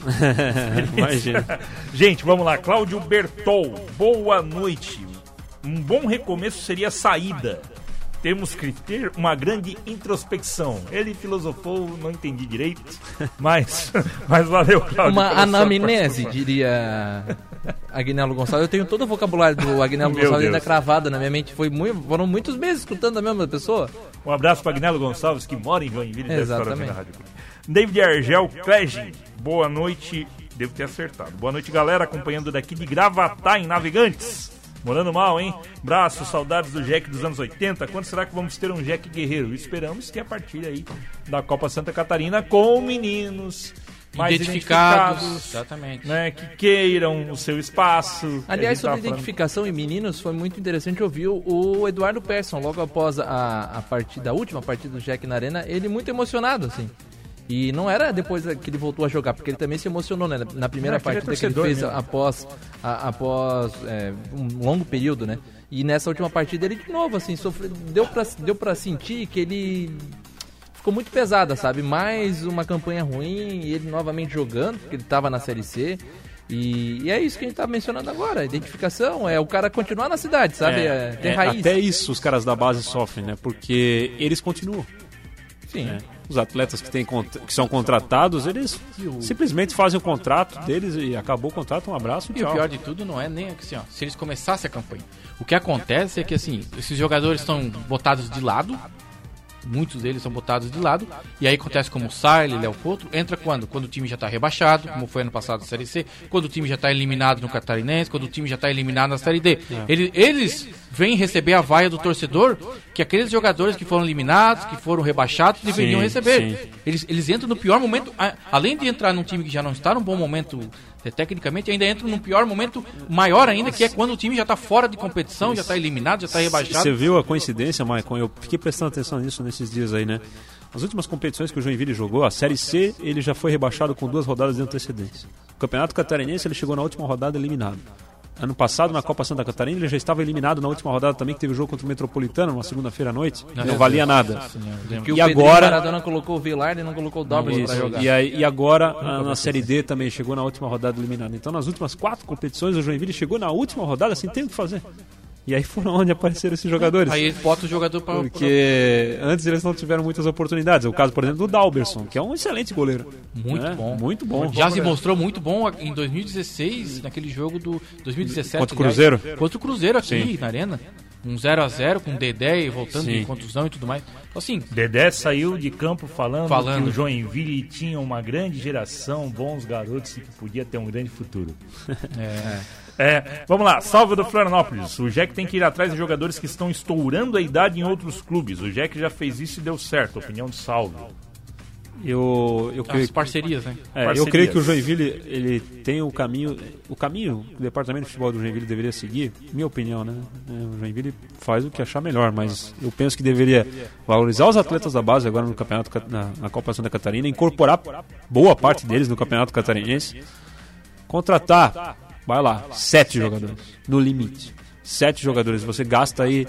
Imagina. Gente, vamos lá. Cláudio Bertol, boa noite. Um bom recomeço seria a saída. Temos que ter uma grande introspecção. Ele filosofou, não entendi direito, mas, mas valeu, Cláudio. Uma anamnese, diria Agnello Gonçalves. Eu tenho todo o vocabulário do Agnello Gonçalves ainda cravado na minha mente. Foi muito, foram muitos meses escutando a mesma pessoa. Um abraço para Agnello Gonçalves, que mora em Joinville e deve Exatamente. na Rádio Clube. David Argel Clegin, boa noite. Devo ter acertado. Boa noite, galera, acompanhando daqui de Gravatá, em Navegantes. Morando mal, hein? Braço, saudades do Jack dos anos oitenta. Quando será que vamos ter um Jack guerreiro? Esperamos que a partir aí da Copa Santa Catarina, com meninos mais identificados, identificados, exatamente, né, que queiram o seu espaço. Aliás, sobre tá identificação falando... em meninos, foi muito interessante ouvir o Eduardo Persson, logo após a, a, partida, a última partida do Jack na Arena, ele muito emocionado, assim. E não era depois que ele voltou a jogar, porque ele também se emocionou, né? Na primeira não, partida que ele fez mesmo. após, a, após é, um longo período, né? E nessa última partida ele de novo, assim, sofreu, deu pra, deu pra sentir que ele ficou muito pesada, sabe? Mais uma campanha ruim e ele novamente jogando, porque ele tava na Série C. E, e é isso que a gente tá mencionando agora, identificação, é o cara continuar na cidade, sabe? É, é, tem é, raiz. Até isso os caras da base sofrem, né? Porque eles continuam. Sim. É. Os atletas que, tem, que são contratados, eles simplesmente fazem o contrato deles e acabou o contrato, um abraço e tchau. E o pior de tudo não é nem assim, ó, se eles começassem a campanha. O que acontece é que assim, esses jogadores estão botados de lado, muitos deles são botados de lado, e aí acontece como o Sarli, Léo Couto, entra quando? Quando o time já está rebaixado, como foi ano passado na Série C, quando o time já está eliminado no Catarinense, quando o time já está eliminado na Série D. É. Eles, eles vêm receber a vaia do torcedor que aqueles jogadores que foram eliminados, que foram rebaixados, deveriam sim, receber. Sim. Eles, eles entram no pior momento, a, além de entrar num time que já não está num bom momento é, tecnicamente, ainda entram num pior momento maior ainda, Nossa. que é quando o time já está fora de competição, Isso. já está eliminado, já está rebaixado. Você viu a coincidência, Maicon? Eu fiquei prestando atenção nisso nesses dias aí, né? As últimas competições que o Joinville jogou, a Série C, ele já foi rebaixado com duas rodadas de antecedência. O Campeonato Catarinense, ele chegou na última rodada eliminado. Ano passado, na Copa Santa Catarina, ele já estava eliminado na última rodada também, que teve o jogo contra o Metropolitano, numa segunda-feira à noite. Não, não valia nada. E o agora... Maradona colocou o Vilar e não colocou o Douglas para jogar. E, aí, e agora, a, na Série D também, chegou na última rodada eliminado. Então, nas últimas quatro competições, o Joinville chegou na última rodada, assim, tem o que fazer. E aí foram onde apareceram esses jogadores. Aí bota o jogador para... Porque pra... antes eles não tiveram muitas oportunidades. O caso, por exemplo, do Dalberson, que é um excelente goleiro. Muito né? bom. Muito bom. Já se mostrou muito bom em dois mil e dezesseis, naquele jogo do dois mil e dezessete. Contra o Cruzeiro? Aliás, contra o Cruzeiro aqui Sim. na Arena. Um zero a zero com o Dedé voltando Sim. de contusão e tudo mais. Então, assim, Dedé saiu de campo falando, falando que o Joinville tinha uma grande geração, bons garotos e que podia ter um grande futuro. É... É, vamos lá, salve do Florianópolis. O Jack tem que ir atrás de jogadores que estão estourando a idade em outros clubes. O Jack já fez isso e deu certo. Opinião de Salve. Eu, eu creio As parcerias, né? É, parcerias. Eu creio que o Joinville ele tem o caminho, o caminho que o departamento de futebol do Joinville deveria seguir, minha opinião, né? O Joinville faz o que achar melhor, mas eu penso que deveria valorizar os atletas da base agora no campeonato, na, na Copa Santa Catarina, incorporar boa parte deles no campeonato catarinense, contratar vai lá, sete jogadores, no limite. Sete jogadores, você gasta aí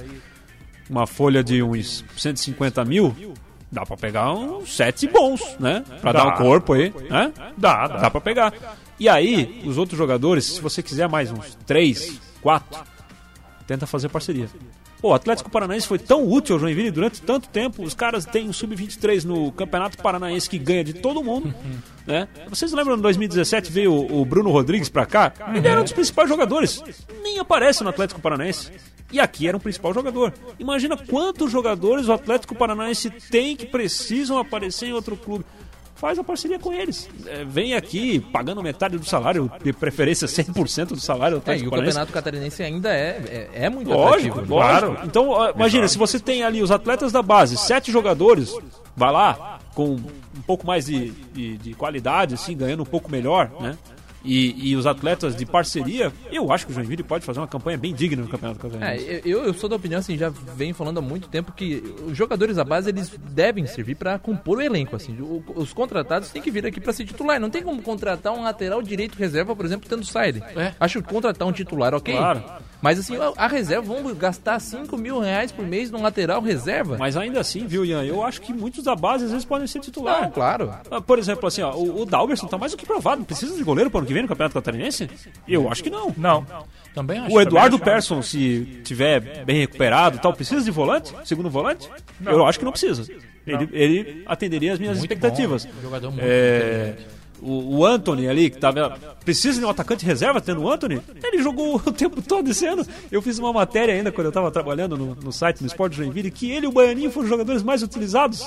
uma folha de uns cento e cinquenta mil, dá pra pegar uns sete bons, né? Pra dá. dar um corpo aí, né? Dá, dá. Dá pra pegar. E aí, os outros jogadores, se você quiser mais uns três, quatro, tenta fazer parceria. Pô, o Atlético Paranaense foi tão útil ao Joinville durante tanto tempo. Os caras têm um sub vinte e três no Campeonato Paranaense que ganha de todo mundo, né? Vocês lembram, em dois mil e dezessete veio o, o Bruno Rodrigues pra cá? Ele era um dos principais jogadores. Nem aparece no Atlético Paranaense. E aqui era um principal jogador. Imagina quantos jogadores o Atlético Paranaense tem que precisam aparecer em outro clube. Faz a parceria com eles. É, vem aqui pagando metade do salário, de preferência cem por cento do salário do Atlético é, e o Paranaense. Campeonato Catarinense ainda é, é, é muito Lógico, atrativo. claro. Então, ó, imagina, se você tem ali os atletas da base, sete jogadores, vai lá com um pouco mais de, de, de qualidade, assim, ganhando um pouco melhor, né? E, e os atletas de parceria, eu acho que o Joinville pode fazer uma campanha bem digna no Campeonato Catarinense. É, eu, eu sou da opinião, assim, já venho falando há muito tempo que os jogadores da base, eles devem servir para compor o elenco, assim. O, os contratados têm que vir aqui para ser titular. Não tem como contratar um lateral direito reserva, por exemplo, tendo saída. É. Acho que contratar um titular, ok. Claro. Mas assim, a, a reserva, vamos gastar cinco mil reais por mês num lateral reserva. Mas ainda assim, viu, Ian, eu acho que muitos da base às vezes podem ser titular. Não, claro. Por exemplo, assim, ó, o, o Dalberson tá mais do que provado. Precisa de goleiro para o ano que vem no Campeonato Catarinense? Eu acho que não. Não. Também acho. O Eduardo Persson, se tiver bem recuperado e tal, precisa de volante? Segundo volante? Não. Eu acho que não precisa. Não. Ele, ele atenderia as minhas muito expectativas. Bom. Jogador muito é... O, o Anthony ali, que tava. Precisa de um atacante reserva tendo o Anthony? Ele jogou o tempo todo esse ano. Eu fiz uma matéria ainda quando eu estava trabalhando no, no site no Esporte Joinville, que ele e o Baianinho foram os jogadores mais utilizados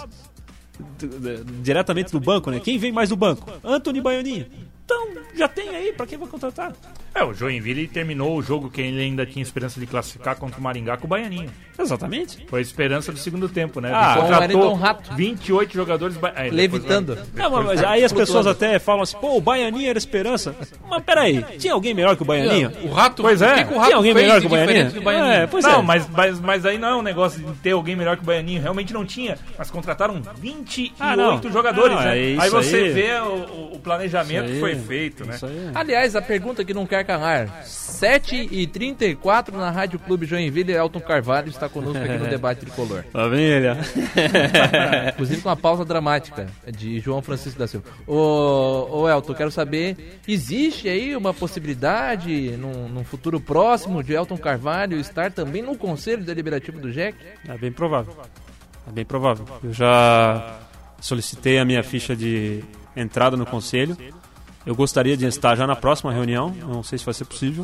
diretamente do banco, né? Quem vem mais do banco? Anthony e Baianinho. Então, já tem aí, pra quem vai contratar? É, o Joinville terminou o jogo que ele ainda tinha esperança de classificar contra o Maringá com o Baianinho. Exatamente. Foi a esperança do segundo tempo, né? Ah, contratou vinte e oito jogadores... Ba... Aí, levitando. Depois, não, mas aí as pessoas até falam assim, pô, o Baianinho era esperança. Mas peraí, tinha alguém melhor que o Baianinho? O Rato, pois é. O que o Rato tinha alguém melhor que o Baianinho? Do Baianinho? É, pois não, é. mas, mas, mas aí não é um negócio de ter alguém melhor que o Baianinho. Realmente não tinha. Mas contrataram vinte e oito ah, jogadores, não, né? É aí você aí. vê o, o planejamento que foi feito, né? Aliás, a pergunta que não quer calar. sete e trinta e quatro na Rádio Clube Joinville, Elton Carvalho está conosco aqui no Debate Tricolor. Família. Inclusive com uma pausa dramática de João Francisco da Silva. Ô, ô Elton, quero saber, existe aí uma possibilidade num, num futuro próximo de Elton Carvalho estar também no Conselho Deliberativo do J E C? É bem provável. É bem provável. Eu já solicitei a minha ficha de entrada no Conselho. Eu gostaria de estar já na próxima reunião, não sei se vai ser possível,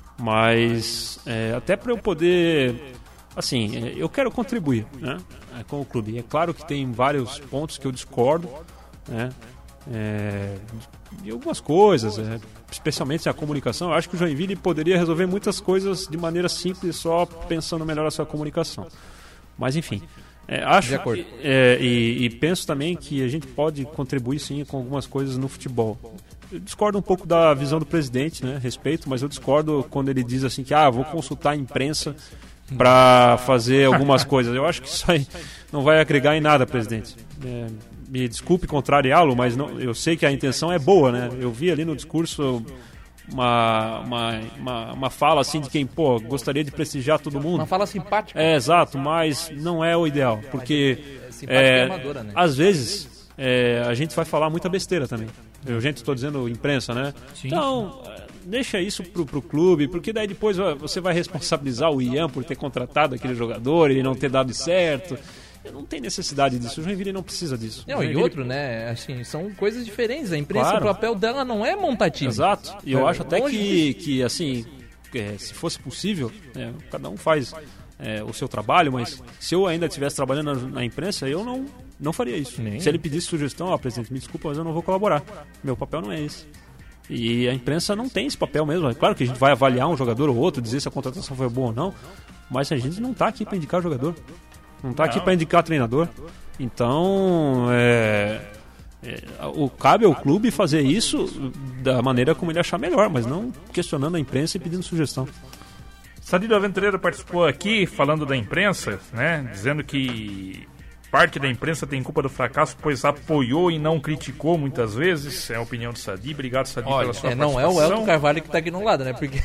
mas é, até para eu poder, assim, é, eu quero contribuir, né, é, com o clube. É claro que tem vários pontos que eu discordo, né, é, de algumas coisas, é, especialmente a comunicação. Eu acho que o Joinville poderia resolver muitas coisas de maneira simples, só pensando melhor a sua comunicação. Mas enfim... É, acho que, é, e, e penso também que a gente pode contribuir sim com algumas coisas no futebol. Eu discordo um pouco da visão do presidente, né? Respeito, mas eu discordo quando ele diz assim que ah, vou consultar a imprensa para fazer algumas coisas. Eu acho que isso aí não vai agregar em nada, presidente. É, me desculpe contrariá-lo, mas não, eu sei que a intenção é boa, né? Eu vi ali no discurso uma, uma, uma, uma fala assim de quem, pô, gostaria de prestigiar todo mundo. Uma fala simpática. É, exato, mas não é o ideal, porque é, amadora, né? Às vezes é, a gente vai falar muita besteira também. Eu, gente, estou dizendo imprensa, né? Sim. Então, deixa isso pro, pro clube, porque daí depois ó, você vai responsabilizar o Ian por ter contratado aquele jogador e não ter dado certo. Não tem necessidade disso, o Joinville não precisa disso. Não, Joinville... E outro, né, assim, são coisas diferentes. A imprensa, claro. O papel dela não é montar time. Exato, e eu é, acho até que, que, assim, é, se fosse possível, é, cada um faz é, o seu trabalho, mas se eu ainda estivesse trabalhando na, na imprensa, eu não, não faria isso. Nem. Se ele pedisse sugestão, ó, presidente, me desculpa, mas eu não vou colaborar. Meu papel não é esse. E a imprensa não tem esse papel mesmo. É claro que a gente vai avaliar um jogador ou outro, dizer se a contratação foi boa ou não, mas a gente não está aqui para indicar jogador. Não está aqui para indicar treinador. Então, é, é, o, cabe ao clube fazer isso da maneira como ele achar melhor, mas não questionando a imprensa e pedindo sugestão. Sadido Aventureiro participou aqui falando da imprensa, né, dizendo que Parte da imprensa tem culpa do fracasso, pois apoiou e não criticou muitas vezes. É a opinião do Sadi. Obrigado, Sadi, Olha, pela sua É, não é o Elton Carvalho que tá aqui no lado, né? Porque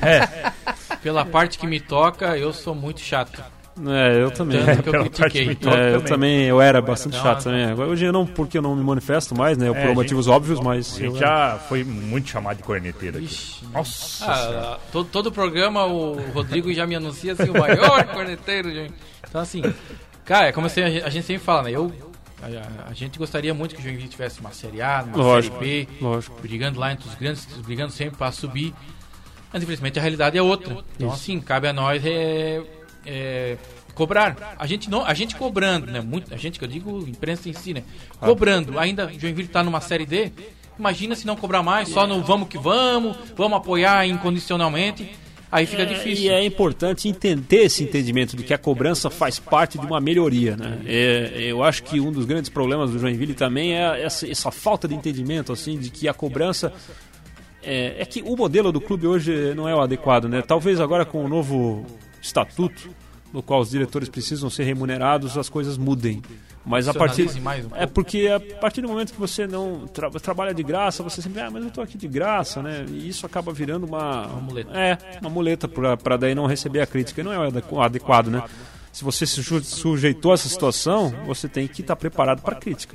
Pela parte que me toca, eu sou muito chato. É, eu também. Tanto que eu Pela parte critiquei. que me toca. É, eu também. também, eu era bastante Então, chato também. Agora, hoje eu não, porque eu não me manifesto mais, né? É, por a gente- motivos óbvios, mas. A gente já foi muito chamado de corneteiro aqui. Ixi, Nossa Senhora. Ah, todo, todo programa o Rodrigo já me anuncia assim, o maior corneteiro, gente. Então assim, cara, é como assim, a gente- a gente sempre fala, né? Eu, a, a gente gostaria muito que o Joinville tivesse uma Série A, uma Lógico, Série B, lógico. brigando lá entre os grandes, brigando sempre para subir. Mas infelizmente a realidade é outra. Então assim, cabe a nós é, é, cobrar. A gente não, a gente cobrando, né? Muito, a gente que eu digo, imprensa em si, né? Cobrando. Ainda o Joinville está numa Série D. Imagina se não cobrar mais, só no vamos que vamos, vamos apoiar incondicionalmente. Aí fica difícil. E é importante entender esse entendimento de que a cobrança faz parte de uma melhoria, né? É, eu acho que um dos grandes problemas do Joinville também é essa, essa falta de entendimento, assim, de que a cobrança é, é que o modelo do clube hoje não é o adequado, né? Talvez agora com o novo estatuto, no qual os diretores precisam ser remunerados, as coisas mudem. Mas a partir Profissionalize mais um é pouco. porque a partir do momento que você não tra- trabalha de graça, você sempre, ah, mas eu estou aqui de graça, né? E isso acaba virando uma, Uma muleta. É, uma muleta para daí não receber a crítica. E não é o adequ- adequado, né? Se você se su- sujeitou a essa situação, você tem que estar preparado para a crítica.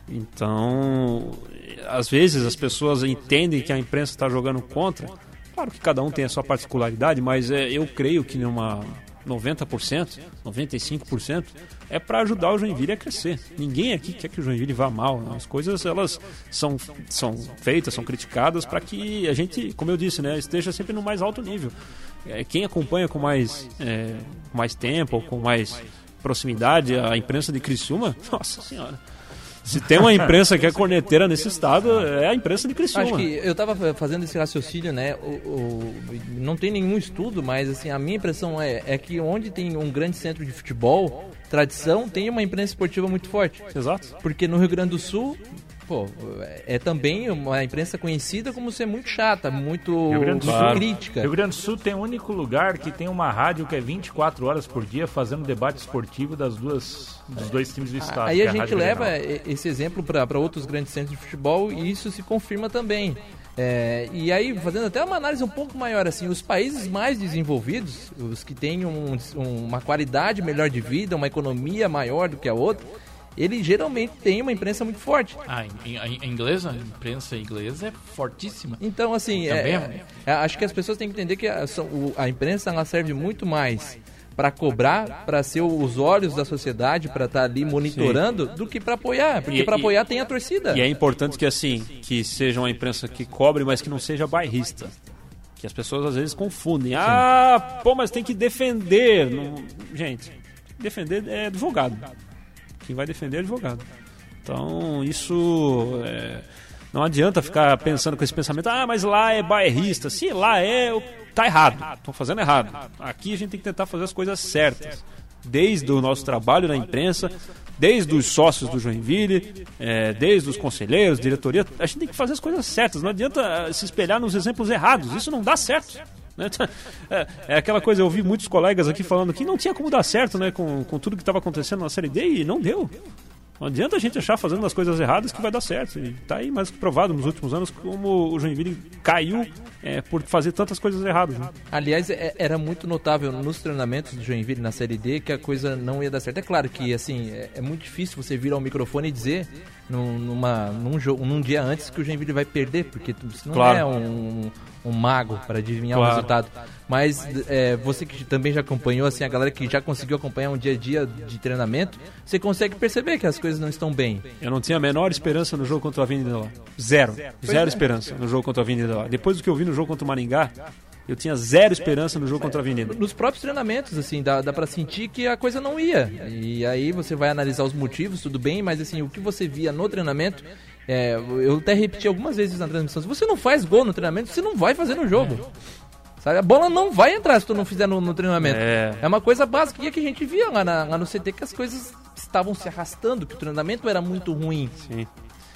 Então, às vezes as pessoas entendem que a imprensa está jogando contra. Claro que cada um tem a sua particularidade, mas é, eu creio que numa noventa por cento, noventa e cinco por cento é para ajudar o Joinville a crescer. Ninguém aqui quer que o Joinville vá mal, né? As coisas elas são, são feitas, são criticadas para que a gente, como eu disse, né, esteja sempre no mais alto nível. É, quem acompanha com mais, é, mais tempo ou com mais proximidade a imprensa de Criciúma, nossa senhora. Se tem uma imprensa que é corneteira nesse estado, é a imprensa de Criciúma. acho que eu tava fazendo esse raciocínio, né? O, o- não tem nenhum estudo, mas assim, a minha impressão é, é que onde tem um grande centro de futebol, tradição, tem uma imprensa esportiva muito forte. Exato. Porque no Rio Grande do Sul, pô, é também uma imprensa conhecida como ser muito chata, muito, Rio Grande do muito Sul. crítica. Rio Grande do Sul tem o único lugar que tem uma rádio que é vinte e quatro horas por dia fazendo debate esportivo das duas, dos dois times do estado. Aí que é a gente Rádio leva Regional. e- esse exemplo para outros grandes centros de futebol e isso se confirma também. É, e aí, fazendo até uma análise um pouco maior, assim, os países mais desenvolvidos, os que têm um- um- uma qualidade melhor de vida, uma economia maior do que a outra, ele geralmente tem uma imprensa muito forte. Ah, em, em, em inglesa, a imprensa inglesa é fortíssima. Então, assim, Também é, é- é, acho que as pessoas têm que entender que a, são- o- a imprensa ela serve muito mais para cobrar, para ser os olhos da sociedade, para estar ali monitorando, do que para apoiar, porque E- para e- apoiar tem a torcida. E é importante que assim, que seja uma imprensa que cobre, mas que não seja bairrista. Que as pessoas às vezes confundem. Ah, pô, mas tem que defender. Não- Gente, defender é advogado. Quem vai defender é advogado. Então, isso é, não adianta ficar pensando com esse pensamento, ah, mas lá é bairrista. Se lá é, tá errado. Estão fazendo errado. Aqui a gente tem que tentar fazer as coisas certas. Desde o nosso trabalho na imprensa, desde os sócios do Joinville, é, desde os conselheiros, diretoria, a gente tem que fazer as coisas certas. Não adianta eh, se espelhar nos exemplos errados. Isso não dá certo. Né? É, é aquela coisa, eu ouvi muitos colegas aqui falando que não tinha como dar certo, né, com, com tudo que estava acontecendo na Série D e não deu. Não adianta a gente achar fazendo as coisas erradas que vai dar certo. E tá aí mais que provado nos últimos anos como o Joinville caiu é, por fazer tantas coisas erradas. Né? Aliás, é- era muito notável nos treinamentos do Joinville na Série D que a coisa não ia dar certo. É claro que assim é, é muito difícil você vir ao microfone e dizer num, numa, num, jogo, num dia antes que o Joinville vai perder, porque isso não Claro. é um, um mago para adivinhar Claro. o resultado. Mas é, você que também já acompanhou, assim, a galera que já conseguiu acompanhar um dia a dia de treinamento, você consegue perceber que as coisas não estão bem. Eu não tinha a menor esperança no jogo contra a Avenida lá. Zero. Zero é. esperança no jogo contra a Avenida lá. Depois do que eu vi no jogo contra o Maringá, eu tinha zero esperança no jogo contra a Avenida. Nos próprios treinamentos, assim, dá, dá pra sentir que a coisa não ia. E aí você vai analisar os motivos, tudo bem, mas assim, o que você via no treinamento, é, eu até repeti algumas vezes na transmissão, se você não faz gol no treinamento, você não vai fazer no jogo. Sabe? A bola não vai entrar se tu não fizer no, no treinamento. É. É uma coisa básica. E é que a gente via lá, na, lá no C T que as coisas estavam se arrastando, que o treinamento era muito ruim. Sim.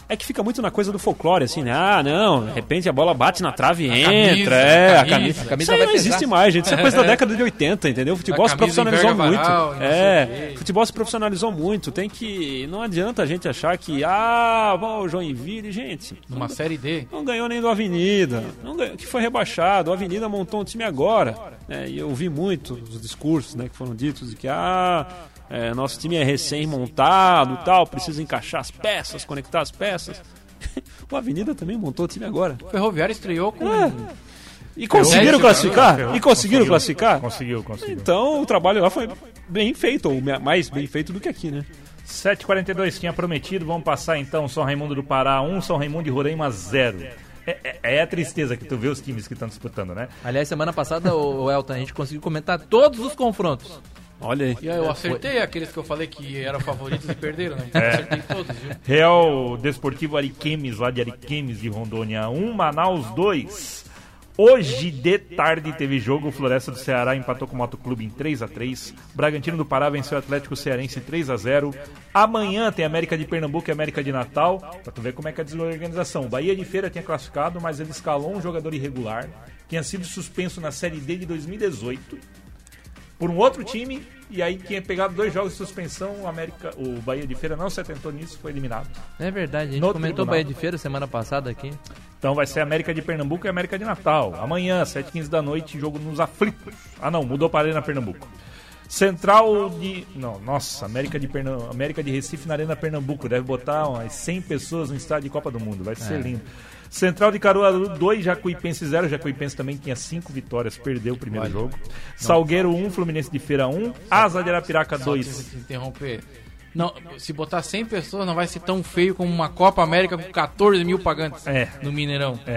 É que fica muito na coisa do folclore, assim, né? Ah, não, de repente a bola bate na trave e entra. camisa, é, a a camisa. camisa. A camisa Isso aí vai não pesar. existe mais, gente. Isso é coisa da década de oitenta, entendeu? O futebol A se camisa profissionalizou enverga muito. varal e não sei o É, quê. o futebol se profissionalizou muito. Tem que. Não adianta a gente achar que, ah, bom, o Joinville, gente. Numa série D. Não ganhou nem do Avenida, não ganhou, que foi rebaixado. O Avenida montou um time agora. Né? E eu ouvi muito os discursos, né, que foram ditos de que ah, é, nosso time é recém-montado e tal, precisa encaixar as peças, conectar as peças. O Avenida também montou o time agora. O Ferroviário estreou com... É. E conseguiram classificar? Ferrou- E conseguiram classificar? Conseguiu, conseguiu. Então o trabalho lá foi bem feito, ou mais bem feito do que aqui, né? sete e quarenta e dois tinha prometido, vamos passar então São Raimundo do Pará um, São Raimundo de Roraima zero. É, é, é a tristeza que tu vê os times que estão disputando, né? Aliás, semana passada, o Elton, a gente conseguiu comentar todos os confrontos. Olha aí. E aí eu acertei aqueles que eu falei que eram favoritos e perderam, né? Eu acertei todos, viu? Real Desportivo Ariquemes, lá de Ariquemes de Rondônia um, Manaus dois. Hoje de tarde teve jogo, o Floresta do Ceará empatou com o Motoclube em três a três. Bragantino do Pará venceu o Atlético Cearense três a zero. Amanhã tem América de Pernambuco e América de Natal, pra tu ver como é que é a desorganização. Bahia de Feira tinha classificado, mas ele escalou um jogador irregular, tinha sido suspenso na Série D de dois mil e dezoito por um outro time, e aí tinha pegado dois jogos de suspensão. O, América, o Bahia de Feira não se atentou nisso, foi eliminado. É verdade, a gente No comentou tribunal. Bahia de Feira semana passada aqui. Então vai ser América de Pernambuco e América de Natal. Amanhã, sete e quinze da noite, jogo nos aflitos. Ah não, mudou para Arena Pernambuco. Central de... Não, nossa, América de, Pernam... América de Recife na Arena Pernambuco. Deve botar umas cem pessoas no estádio de Copa do Mundo. Vai ser lindo. Central de Caruaru dois, Jacuipense zero. Jacuipense também tinha cinco vitórias, perdeu o primeiro jogo. Salgueiro um, Fluminense de Feira um. Asa de Arapiraca Só dois. te interromper. Não, se botar cem pessoas não vai ser tão feio como uma Copa América com catorze mil pagantes É. no Mineirão. É.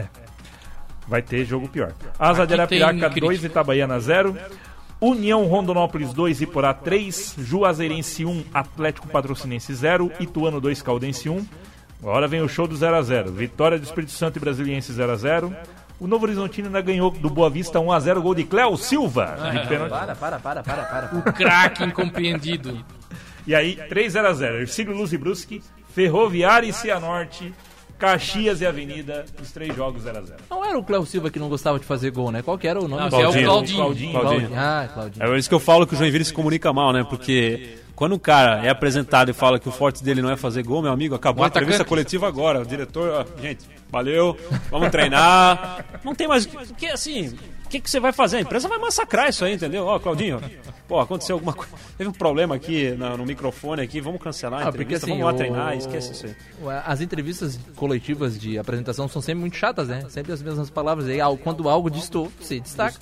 Vai ter jogo pior. Asa de Aqui tem Arapiraca crítica. dois, Itabaiana zero. União Rondonópolis dois, Iporá três. Juazeirense um, Atlético Patrocinense zero. Ituano dois, Caldense um. Agora vem o show do zero a zero. Vitória do Espírito Santo e Brasiliense zero a zero. O Novo Horizontino ainda ganhou do Boa Vista um a zero. Gol de Cléo Silva. De pênalti. Para, para, para, para, para. O craque incompreendido. E aí, três a zero a zero. Ercílio Luz e Brusque, Ferroviária e Cianorte, Caxias e Avenida, os três jogos zero a zero. Não era o Cléo Silva que não gostava de fazer gol, né? Qual que era o nome? Não, dele? é o Claudinho. Claudinho. Claudinho. Ah, Claudinho. É isso que eu falo que o Joinville se comunica mal, né? Porque quando o cara é apresentado e fala que o forte dele não é fazer gol, meu amigo, acabou O a entrevista atacante. coletiva agora. O diretor, ó, gente, valeu, vamos treinar. Não tem mais. Que assim, o que, que você vai fazer? A empresa vai massacrar isso aí, entendeu? Ó, Claudinho, pô, aconteceu alguma coisa. Teve um problema aqui na- no microfone aqui, vamos cancelar a Ah, porque entrevista, assim, vamos lá o- treinar, esquece isso aí. As entrevistas coletivas de apresentação são sempre muito chatas, né? Sempre as mesmas palavras. E al- quando algo destoa, se destaca.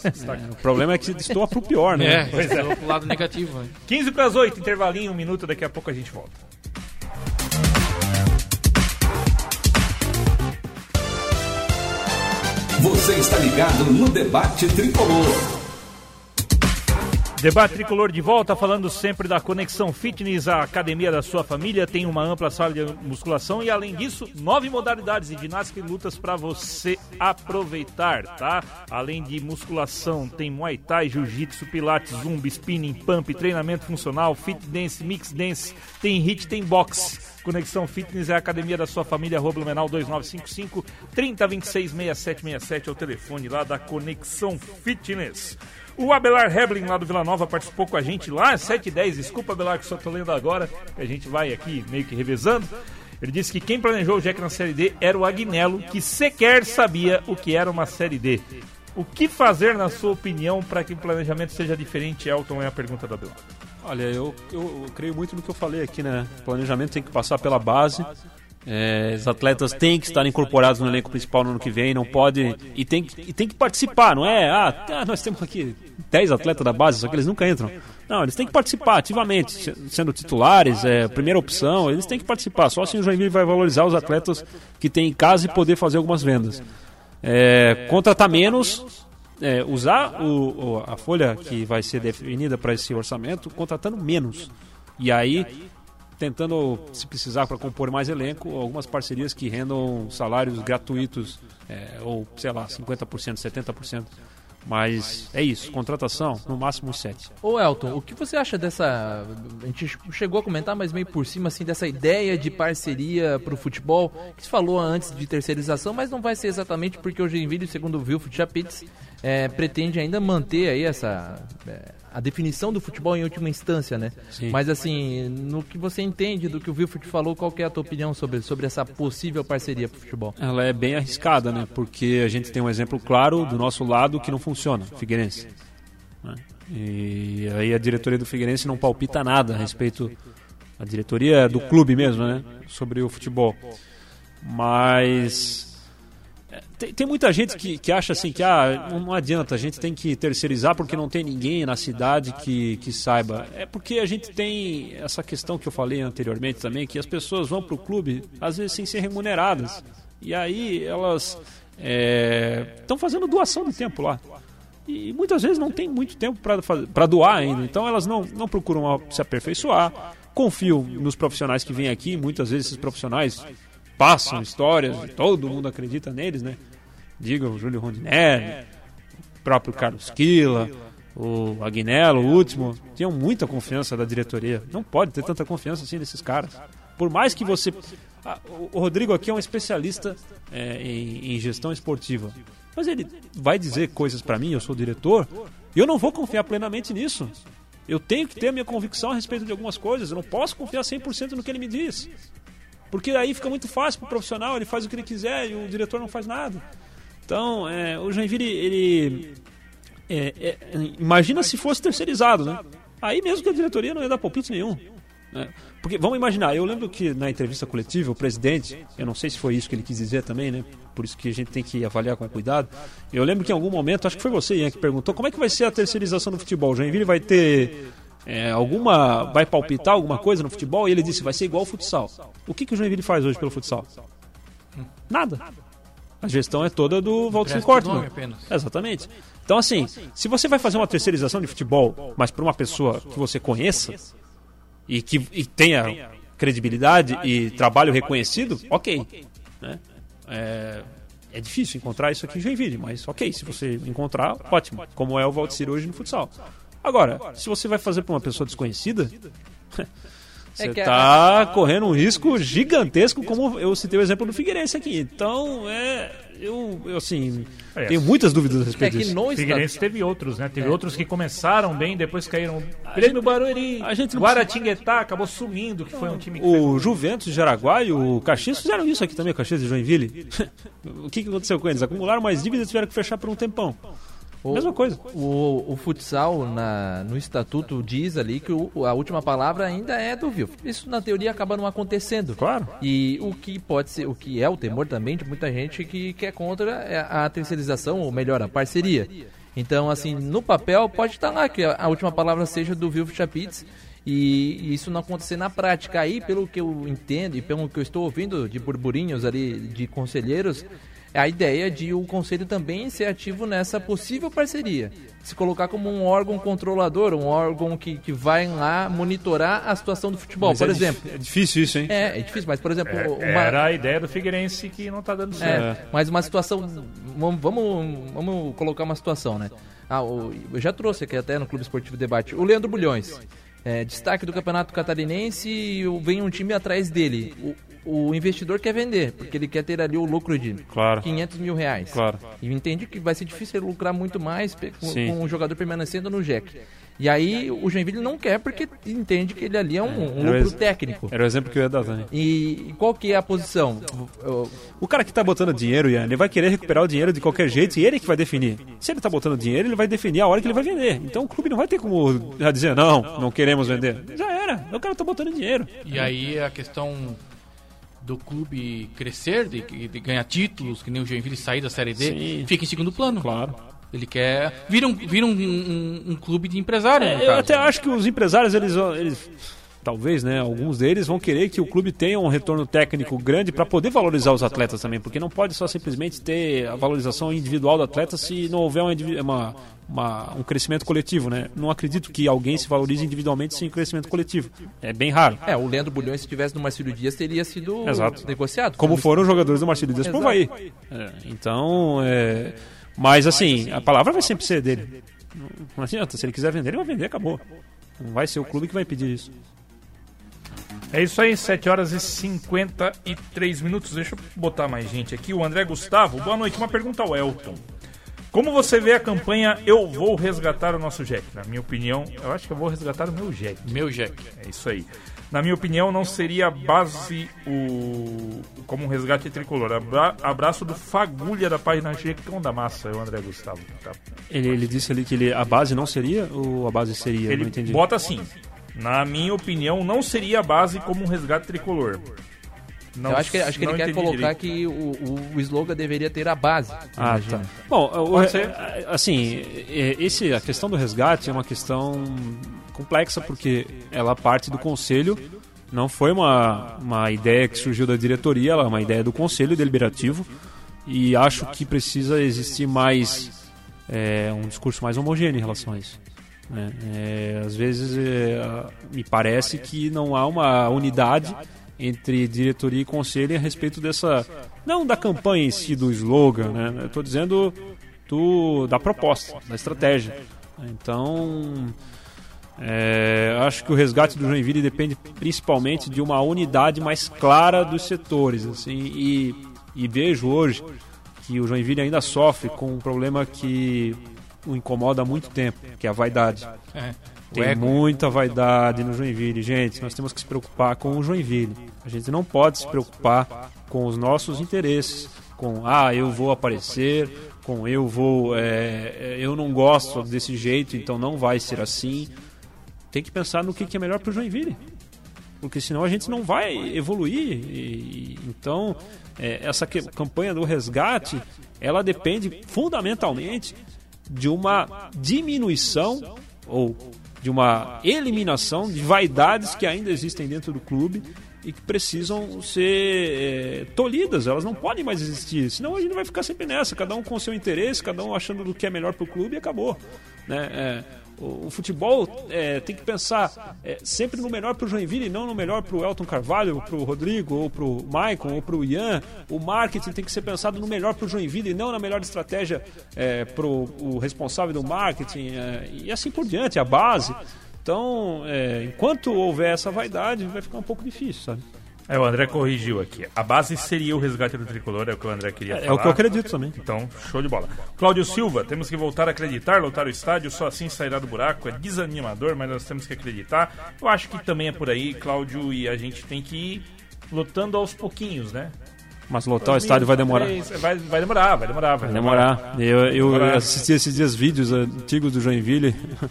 O problema é que destoa pro pior, né? É, pois é. Pro lado negativo. Né? quinze para as oito, intervalinho, um minuto, daqui a pouco a gente volta. Você está ligado no Debate Tricolor. Debate Tricolor de volta, falando sempre da Conexão Fitness, a academia da sua família. Tem uma ampla sala de musculação e, além disso, nove modalidades de ginástica e lutas para você aproveitar, tá? Além de musculação, tem Muay Thai, Jiu-Jitsu, Pilates, Zumba, Spinning, Pump, treinamento funcional, Fit Dance, Mix Dance, tem H I I T, tem Boxe. Conexão Fitness é a academia da sua família, Rua Blumenau dois nove cinco cinco, trinta, vinte e seis, sessenta e sete sessenta e sete é o telefone lá da Conexão Fitness. O Abelar Hebling, lá do Vila Nova, participou com a gente lá, sete e dez. Desculpa, Abelar, que só tô lendo agora, que a gente vai aqui meio que revezando. Ele disse que quem planejou o Jack na Série D era o Agnello, que sequer sabia o que era uma Série D. O que fazer, na sua opinião, para que o planejamento seja diferente, Elton? É a pergunta do Abelar. Olha, eu, eu, eu creio muito no que eu falei aqui, né? O planejamento tem que passar pela base. É, os atletas têm que estar incorporados no elenco principal no ano que vem, não pode. E tem, que- e tem que participar, não é? Ah, tá, nós temos aqui dez atletas da base, só que eles nunca entram. Não, eles têm que participar ativamente, se- sendo titulares, é, primeira opção, eles têm que participar. Só assim o Joinville vai valorizar os atletas que tem em casa e poder fazer algumas vendas. É, contratar menos. É, usar o, o- a folha que vai ser definida para esse orçamento contratando menos. E aí, tentando, se precisar para compor mais elenco, algumas parcerias que rendam salários gratuitos, é, ou sei lá, cinquenta por cento, setenta por cento Mas é isso, contratação, no máximo sete. Ô Elton, o que você acha dessa... A gente chegou a comentar, mas meio por cima, assim, dessa ideia de parceria pro futebol, que se falou antes de terceirização, mas não vai ser exatamente porque o Joinville, segundo o Wilfried Chapitz, é, pretende ainda manter aí essa... É, a definição do futebol em última instância, né? Sim. Mas assim, no que você entende do que o Wilfried falou, qual que é a tua opinião sobre, sobre essa possível parceria pro futebol? Ela é bem arriscada, né? Porque a gente tem um exemplo claro do nosso lado que não funciona, Figueirense. Né? E aí a diretoria do Figueirense não palpita nada a respeito, a diretoria do clube mesmo, né? Sobre o futebol. Mas... Tem, tem muita gente que, que acha assim que ah, não adianta, a gente tem que terceirizar porque não tem ninguém na cidade que, que saiba. É porque a gente tem essa questão que eu falei anteriormente também, que as pessoas vão para o clube, às vezes sem ser remuneradas. E aí elas estão é, fazendo doação de tempo lá. E muitas vezes não tem muito tempo para doar ainda. Então elas não, não procuram se aperfeiçoar, confiam nos profissionais que vêm aqui, muitas vezes esses profissionais... passam histórias, todo mundo acredita neles, né? Diga o Júlio Rondinelli, o próprio Carlos Quila, o Agnello, o último, tinham muita confiança da diretoria. Não pode ter tanta confiança assim nesses caras. Por mais que você... Ah, o Rodrigo aqui é um especialista é, em, em gestão esportiva, mas ele vai dizer coisas pra mim, eu sou o diretor, e eu não vou confiar plenamente nisso. Eu tenho que ter a minha convicção a respeito de algumas coisas, eu não posso confiar cem por cento no que ele me diz. Porque aí fica muito fácil pro profissional, ele faz o que ele quiser e o diretor não faz nada. Então, é, o Joinville, ele... É, é, imagina se fosse terceirizado, né? Aí mesmo que a diretoria não ia dar palpite nenhum. Né? Porque, vamos imaginar, eu lembro que na entrevista coletiva, o presidente, eu não sei se foi isso que ele quis dizer também, né? Por isso que a gente tem que avaliar com cuidado. Eu lembro que em algum momento, acho que foi você, Ian, que perguntou como é que vai ser a terceirização do futebol. O Joinville vai ter... É, alguma, vai palpitar alguma coisa no futebol? E ele disse, vai ser igual ao futsal. O que, que o Joinville faz hoje pelo futsal? Nada. A gestão é toda do Valdir Kortmann. Exatamente. Então assim, se você vai fazer uma terceirização de futebol, mas para uma pessoa que você conheça e que e tenha credibilidade e trabalho reconhecido, ok. Né? É, é difícil encontrar isso aqui em Joinville, mas ok, se você encontrar, ótimo. Como é o Valdir hoje no futsal. Agora, se você vai fazer para uma pessoa desconhecida, você está é a... correndo um risco gigantesco, como eu citei o exemplo do Figueirense aqui. Então, é, eu, eu assim, é. tenho muitas dúvidas a respeito é que disso. O Figueirense está... teve outros, né? Teve é. outros que começaram bem, depois caíram. Grêmio Barueri, a gente não Guaratinguetá acabou sumindo, que foi um time que O fez... Juventus de Jaraguá e o Caxias fizeram isso aqui também, o Caxias de Joinville. O que, que aconteceu com eles? Acumularam mais dívidas e tiveram que fechar por um tempão. O, Mesma coisa. O, o futsal, na, no estatuto, diz ali que o, a última palavra ainda é do Wilfried. Isso, na teoria, acaba não acontecendo. Claro. E o que pode ser, o que é o temor também de muita gente que, que é contra a terceirização, ou melhor, a parceria. Então, assim, no papel, pode estar lá que a última palavra seja do Wilfried Chapitz. E isso não acontecer na prática. Aí, pelo que eu entendo e pelo que eu estou ouvindo de burburinhos ali, de conselheiros, a ideia de o conselho também ser ativo nessa possível parceria. Se colocar como um órgão controlador, um órgão que, que vai lá monitorar a situação do futebol, mas por é exemplo. É difícil isso, hein? É, é difícil, mas por exemplo... É, uma... Era a ideia do Figueirense que não está dando certo. É, mas uma situação... Vamos, vamos, vamos colocar uma situação, né? Ah, o, eu já trouxe aqui até no Clube Esportivo Debate. O Leandro Bulhões. É, destaque do Campeonato Catarinense e vem um time atrás dele. O, o investidor quer vender, porque ele quer ter ali o lucro de claro. quinhentos mil reais. Claro. E entende que vai ser difícil ele lucrar muito mais com, com o jogador permanecendo no J E C. E aí o Joinville não quer porque entende que ele ali é um, um lucro ex... técnico. Era o exemplo que eu ia dar também. E qual que é a posição? O cara que está botando dinheiro, Ian, ele vai querer recuperar o dinheiro de qualquer jeito e ele que vai definir. Se ele está botando dinheiro, ele vai definir a hora que ele vai vender. Então o clube não vai ter como já dizer, não, não queremos vender. Já era, o cara está botando dinheiro. E aí a questão do clube crescer, de, de ganhar títulos, que nem o Joinville sair da Série D, Sim. fica em segundo plano. Claro. Ele quer... Vira um, vira um, um, um clube de empresário, é, no Eu caso. até acho que os empresários, eles, eles... Talvez, né? Alguns deles vão querer que o clube tenha um retorno técnico grande para poder valorizar os atletas também, porque não pode só simplesmente ter a valorização individual do atleta se não houver uma, uma, uma, um crescimento coletivo, né? Não acredito que alguém se valorize individualmente sem crescimento coletivo. É bem raro. É, o Leandro Bulhões, se estivesse no Marcílio Dias, teria sido Exato. negociado. Como foram os jogadores do Marcílio Dias pro Exato. Avaí. É, então, é... Mas assim, a palavra vai sempre ser dele. Não adianta, se ele quiser vender, ele vai vender, acabou. Não vai ser o clube que vai pedir isso. É isso aí, sete horas e cinquenta e três minutos. Deixa eu botar mais gente aqui. O André Gustavo, boa noite. Uma pergunta ao Elton. Como você vê a campanha Eu Vou Resgatar o Nosso Jack? Na minha opinião, eu acho que eu vou resgatar o meu Jack. Meu Jack. É isso aí. Na minha opinião, não seria base o como um resgate tricolor. Abra... Abraço do Fagulha da página Jecão da Massa, é o André Gustavo. Tá? Ele, ele disse ali que ele, a base não seria ou a base seria? Ele não entendi. Bota assim. Na minha opinião, não seria a base como um resgate tricolor. Não, eu acho que, acho que ele quer colocar direito. que o, o, o slogan deveria ter a base. Ah, imagina. tá. Bom, o, assim, esse, a questão do resgate é uma questão complexa porque ela parte do conselho. Não foi uma, uma ideia que surgiu da diretoria, ela é uma ideia do conselho deliberativo. E acho que precisa existir mais é, um discurso mais homogêneo em relação a isso. É, é, às vezes é, me parece que não há uma unidade entre diretoria e conselho a respeito dessa, não da campanha em si, do slogan, né? Eu estou dizendo do, da proposta, da estratégia. Então é, acho que o resgate do Joinville depende principalmente de uma unidade mais clara dos setores, assim, e, e vejo hoje que o Joinville ainda sofre com um problema que o incomoda há muito tempo, que é a vaidade. É. Tem muita vaidade no Joinville. Gente, nós temos que se preocupar com o Joinville. A gente não pode se preocupar com os nossos interesses, com, ah, eu vou aparecer, com eu vou, é, eu não gosto desse jeito, então não vai ser assim. Tem que pensar no que, que é melhor para o Joinville, porque senão a gente não vai evoluir. E, então, é, essa que, campanha do resgate, ela depende fundamentalmente de uma diminuição ou de uma eliminação de vaidades que ainda existem dentro do clube e que precisam ser é, tolhidas. Elas não podem mais existir, senão a gente vai ficar sempre nessa, cada um com o seu interesse, cada um achando do que é melhor para o clube e acabou, né? É, o, o futebol é, tem que pensar é, sempre no melhor para o Joinville e não no melhor para o Elton Carvalho, para o Rodrigo, ou para o Maicon, ou para o Ian. O marketing tem que ser pensado no melhor para o Joinville e não na melhor estratégia é, para o responsável do marketing, é, e assim por diante, a base. Então, é, enquanto houver essa vaidade, vai ficar um pouco difícil, sabe? É, o André corrigiu aqui. A base seria o resgate do tricolor, é o que o André queria É, falar. é o que eu acredito também. Então, show de bola. Cláudio Silva, temos que voltar a acreditar, lotar o estádio, só assim sairá do buraco. É desanimador, mas nós temos que acreditar. Eu acho que também é por aí, Cláudio, e a gente tem que ir lotando aos pouquinhos, né? Mas lotar o estádio vai demorar. Vai, vai demorar, vai demorar. Vai Vai demorar. Eu, eu Vai demorar. assisti esses dias vídeos antigos do Joinville.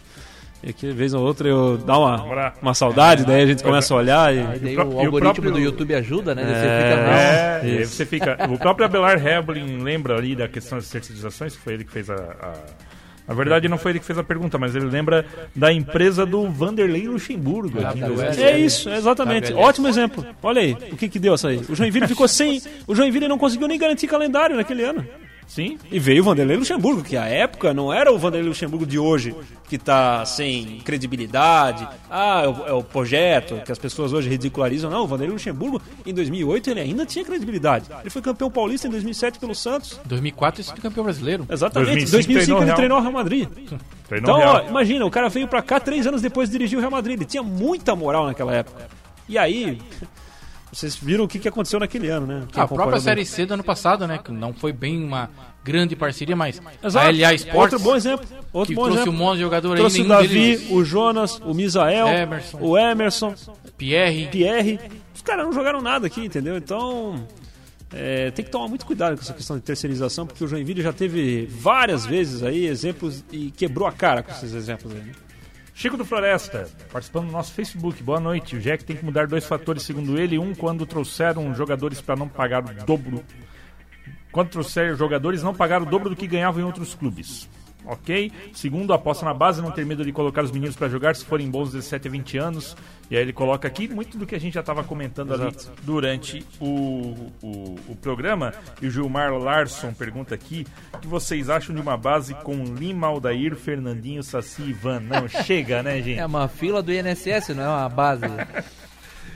E que vez ou outra eu dá uma, uma saudade, daí a gente começa a olhar e... Aí daí E o o, pró- e o algoritmo próprio- do YouTube ajuda, né? Daí É, você fica, não, É, e aí Isso. você fica. O próprio Abelar Heblin lembra ali da questão das terceirizações, que foi ele que fez a, a. Na verdade, não foi ele que fez a pergunta, mas ele lembra da empresa do Vanderlei Luxemburgo. aqui em Ah, dois mil e é. sete. É isso, exatamente. Tá, Ótimo exemplo. Olha aí, o que que deu essa aí? O Joinville ficou sem... O Joinville não conseguiu nem garantir calendário naquele ano. Sim? E veio o Vanderlei Luxemburgo, que à época não era o Vanderlei Luxemburgo de hoje, que tá sem credibilidade. Ah, é o, é o projeto, que as pessoas hoje ridicularizam. Não, o Vanderlei Luxemburgo, em dois mil e oito, ele ainda tinha credibilidade. Ele foi campeão paulista em dois mil e sete pelo Santos. dois mil e quatro ele foi campeão brasileiro. Exatamente. Em dois mil e cinco dois mil e cinco ele treinou treinou o Real Madrid. Treinou Então, Real. ó, imagina, o cara veio pra cá três anos depois de dirigir o Real Madrid. Ele tinha muita moral naquela época. E aí, vocês viram o que que aconteceu naquele ano, né? Quem Ah, a acompanhou própria bem. Série C do ano passado, né? Que não foi bem uma grande parceria, mas Exato. a L A Sports, Outro bom exemplo. Outro que bom trouxe exemplo. um monte de jogador aí, Trouxe o nenhum Davi, deles... o Jonas, o Misael, Emerson. o Emerson, Pierre. Pierre. Os caras não jogaram nada aqui, entendeu? Então, é, tem que tomar muito cuidado com essa questão de terceirização, porque o Joinville já teve várias vezes aí exemplos e quebrou a cara com esses exemplos aí, né? Chico do Floresta, participando do nosso Facebook. Boa noite. O Jack tem que mudar dois fatores, segundo ele. Um, quando trouxeram jogadores para não pagar o dobro. Quando trouxeram jogadores, não pagaram o dobro do que ganhavam em outros clubes. Ok? Segundo, aposta na base, não ter medo de colocar os meninos para jogar se forem bons dezessete a vinte anos. E aí ele coloca aqui muito do que a gente já estava comentando ali durante o, o, o programa. E o Gilmar Larson pergunta aqui: o que vocês acham de uma base com Lima, Aldair, Fernandinho, Saci e Ivan? Não, chega, né, gente? é uma fila do I N S S, não é uma base.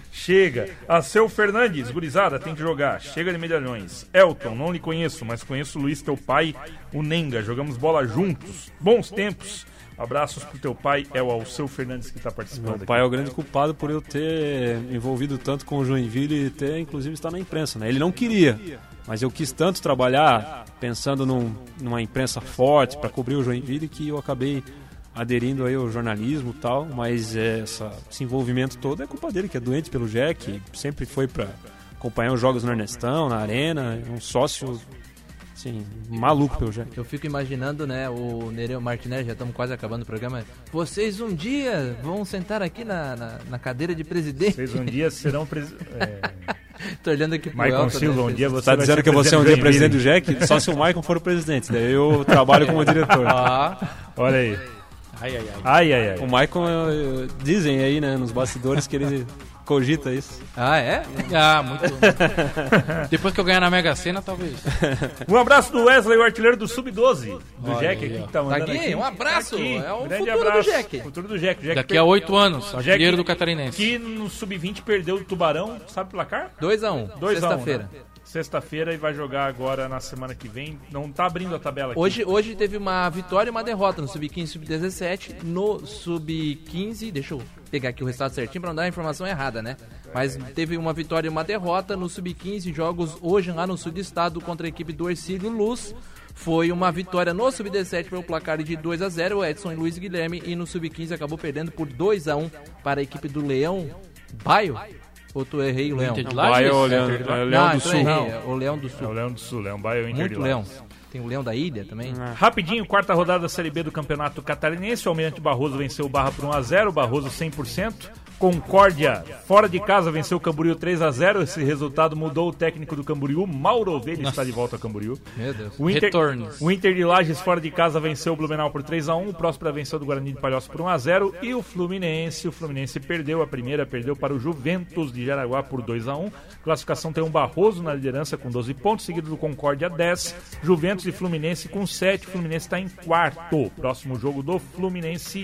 Chega. A Seu Fernandes, gurizada, tem que jogar. Chega de medalhões. Elton, não lhe conheço, mas conheço o Luiz, teu pai, o Nenga. Jogamos bola juntos. Bons tempos. Abraços pro teu pai, é o Alceu Fernandes que está participando. Meu pai aqui. é o grande culpado por eu ter envolvido tanto com o Joinville e ter, inclusive, estar na imprensa, né? Ele não queria, mas eu quis tanto trabalhar pensando num, numa imprensa forte para cobrir o Joinville que eu acabei aderindo aí ao jornalismo e tal, mas essa, esse envolvimento todo é culpa dele, que é doente pelo Jack, sempre foi para acompanhar os jogos no Ernestão, na Arena, um sócio... Sim, maluco pelo Jack. Eu fico imaginando, né, o Nereu Martinelli, já estamos quase acabando o programa. Vocês um dia vão sentar aqui na, na, na cadeira de presidente. Vocês um dia serão presidente. É... Tô olhando aqui pro Maicon Elton, Silva, né? um dia você Tá vai dizendo ser que você é um dia presidente do Joinville. Jack? Só se o Maicon for o presidente, daí eu trabalho como diretor. Ah, Olha aí. ai, ai, ai. Ai, ai, ai. O Maicon, eh, dizem aí, né, nos bastidores que ele cogita isso. Ah, é? Ah, muito. Depois que eu ganhar na Mega Sena, talvez. Um abraço do Wesley, o artilheiro do sub doze. Do Olha Jack aí, aqui ó. que tá mandando Tá aqui, aqui. um abraço. Tá aqui. É o Grande futuro do abraço. Jack. Futuro do Jack. Jack Daqui a oito anos, artilheiro do Jack, Catarinense. que no sub vinte perdeu o Tubarão, sabe o placar? dois a um, dois a um, sexta-feira. né? Sexta-feira e vai jogar agora na semana que vem. Não tá abrindo a tabela aqui. Hoje, hoje teve uma vitória e uma derrota no sub quinze e sub dezessete. No sub quinze, deixa eu pegar aqui o resultado certinho pra não dar a informação errada, né? Mas teve uma vitória e uma derrota no sub quinze, jogos hoje lá no sul do estado contra a equipe do Ercílio Luz. Foi uma vitória no sub dezessete pelo placar de dois a zero, o Edson Luiz Guilherme, e no sub quinze acabou perdendo por dois a um para a equipe do Leão Baio. Ou tu errei o Leão? Inter de Vai, Lages? ô, Leão, Inter de é, Lages. Leão Não, do então Sul. errei, Não. é o Leão do É Sul. o Leão do Sul, Leão Baio, Inter Muito de Leão. Lages. Tem o Leão da Ilha também. Rapidinho, quarta rodada da Série B do Campeonato Catarinense. O Almirante Barroso venceu o Barra por um a zero. Barroso cem por cento. Concórdia, fora de casa, venceu o Camboriú três a zero. Esse resultado mudou o técnico do Camboriú, Mauro Ovelha, está de volta ao Camboriú. Meu Deus. O Inter, Retornos. o Inter de Lages, fora de casa, venceu o Blumenau por três a um. O Próspera venceu do Guarani de Palhoça por um a zero. E o Fluminense, o Fluminense perdeu a primeira, perdeu para o Juventus de Jaraguá por dois a um. Classificação tem um Barroso na liderança com doze pontos, seguido do Concórdia dez. Juventus e Fluminense com sete. O Fluminense está em quarto. Próximo jogo do Fluminense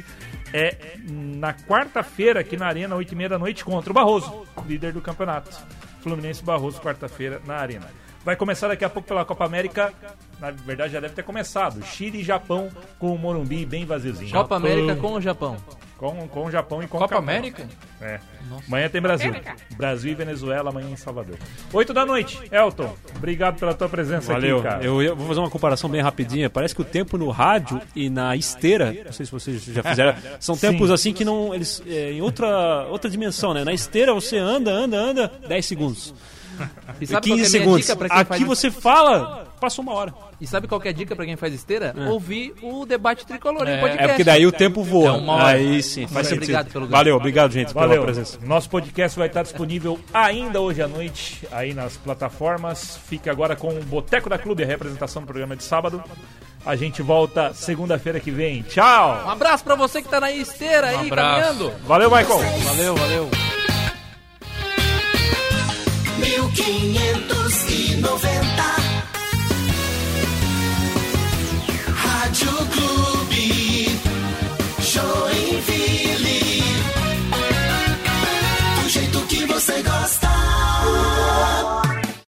é na quarta-feira, aqui na Arena, oito e meia da noite, contra o Barroso, líder do campeonato. Fluminense e Barroso, quarta-feira, na Arena. Vai começar daqui a pouco pela Copa América. Na verdade, já deve ter começado. Chile e Japão com o Morumbi bem vaziozinho. Copa América com o Japão. Com, com o Japão e com Copa o Japão. América? É. Amanhã tem Brasil. Brasil e Venezuela, amanhã em Salvador. oito da noite. Elton, obrigado pela tua presença Valeu. aqui, cara. Eu, eu vou fazer uma comparação bem rapidinha. Parece que o tempo no rádio e na esteira, não sei se vocês já fizeram, são tempos Sim. assim que não eles é, em outra outra dimensão, né? Na esteira você anda, anda, anda, dez segundos. E sabe qual que quinze é a minha segundos. dica pra quem Aqui faz... você fala, passou uma hora. E sabe qual que é a dica pra quem faz esteira? Ouvir o debate tricolor em É, podcast. É porque daí o tempo voa. É uma hora. Aí sim, faz Muito sentido. obrigado pelo- Valeu, obrigado, gente, Valeu. pela presença. Nosso podcast vai estar disponível ainda hoje à noite aí nas plataformas. Fique agora com o Boteco da Clube, a representação do programa de sábado. A gente volta segunda-feira que vem. Um Tchau! abraço pra você que tá na esteira aí, abraço. caminhando. Valeu, Michael! Valeu, valeu. mil quinhentos e noventa.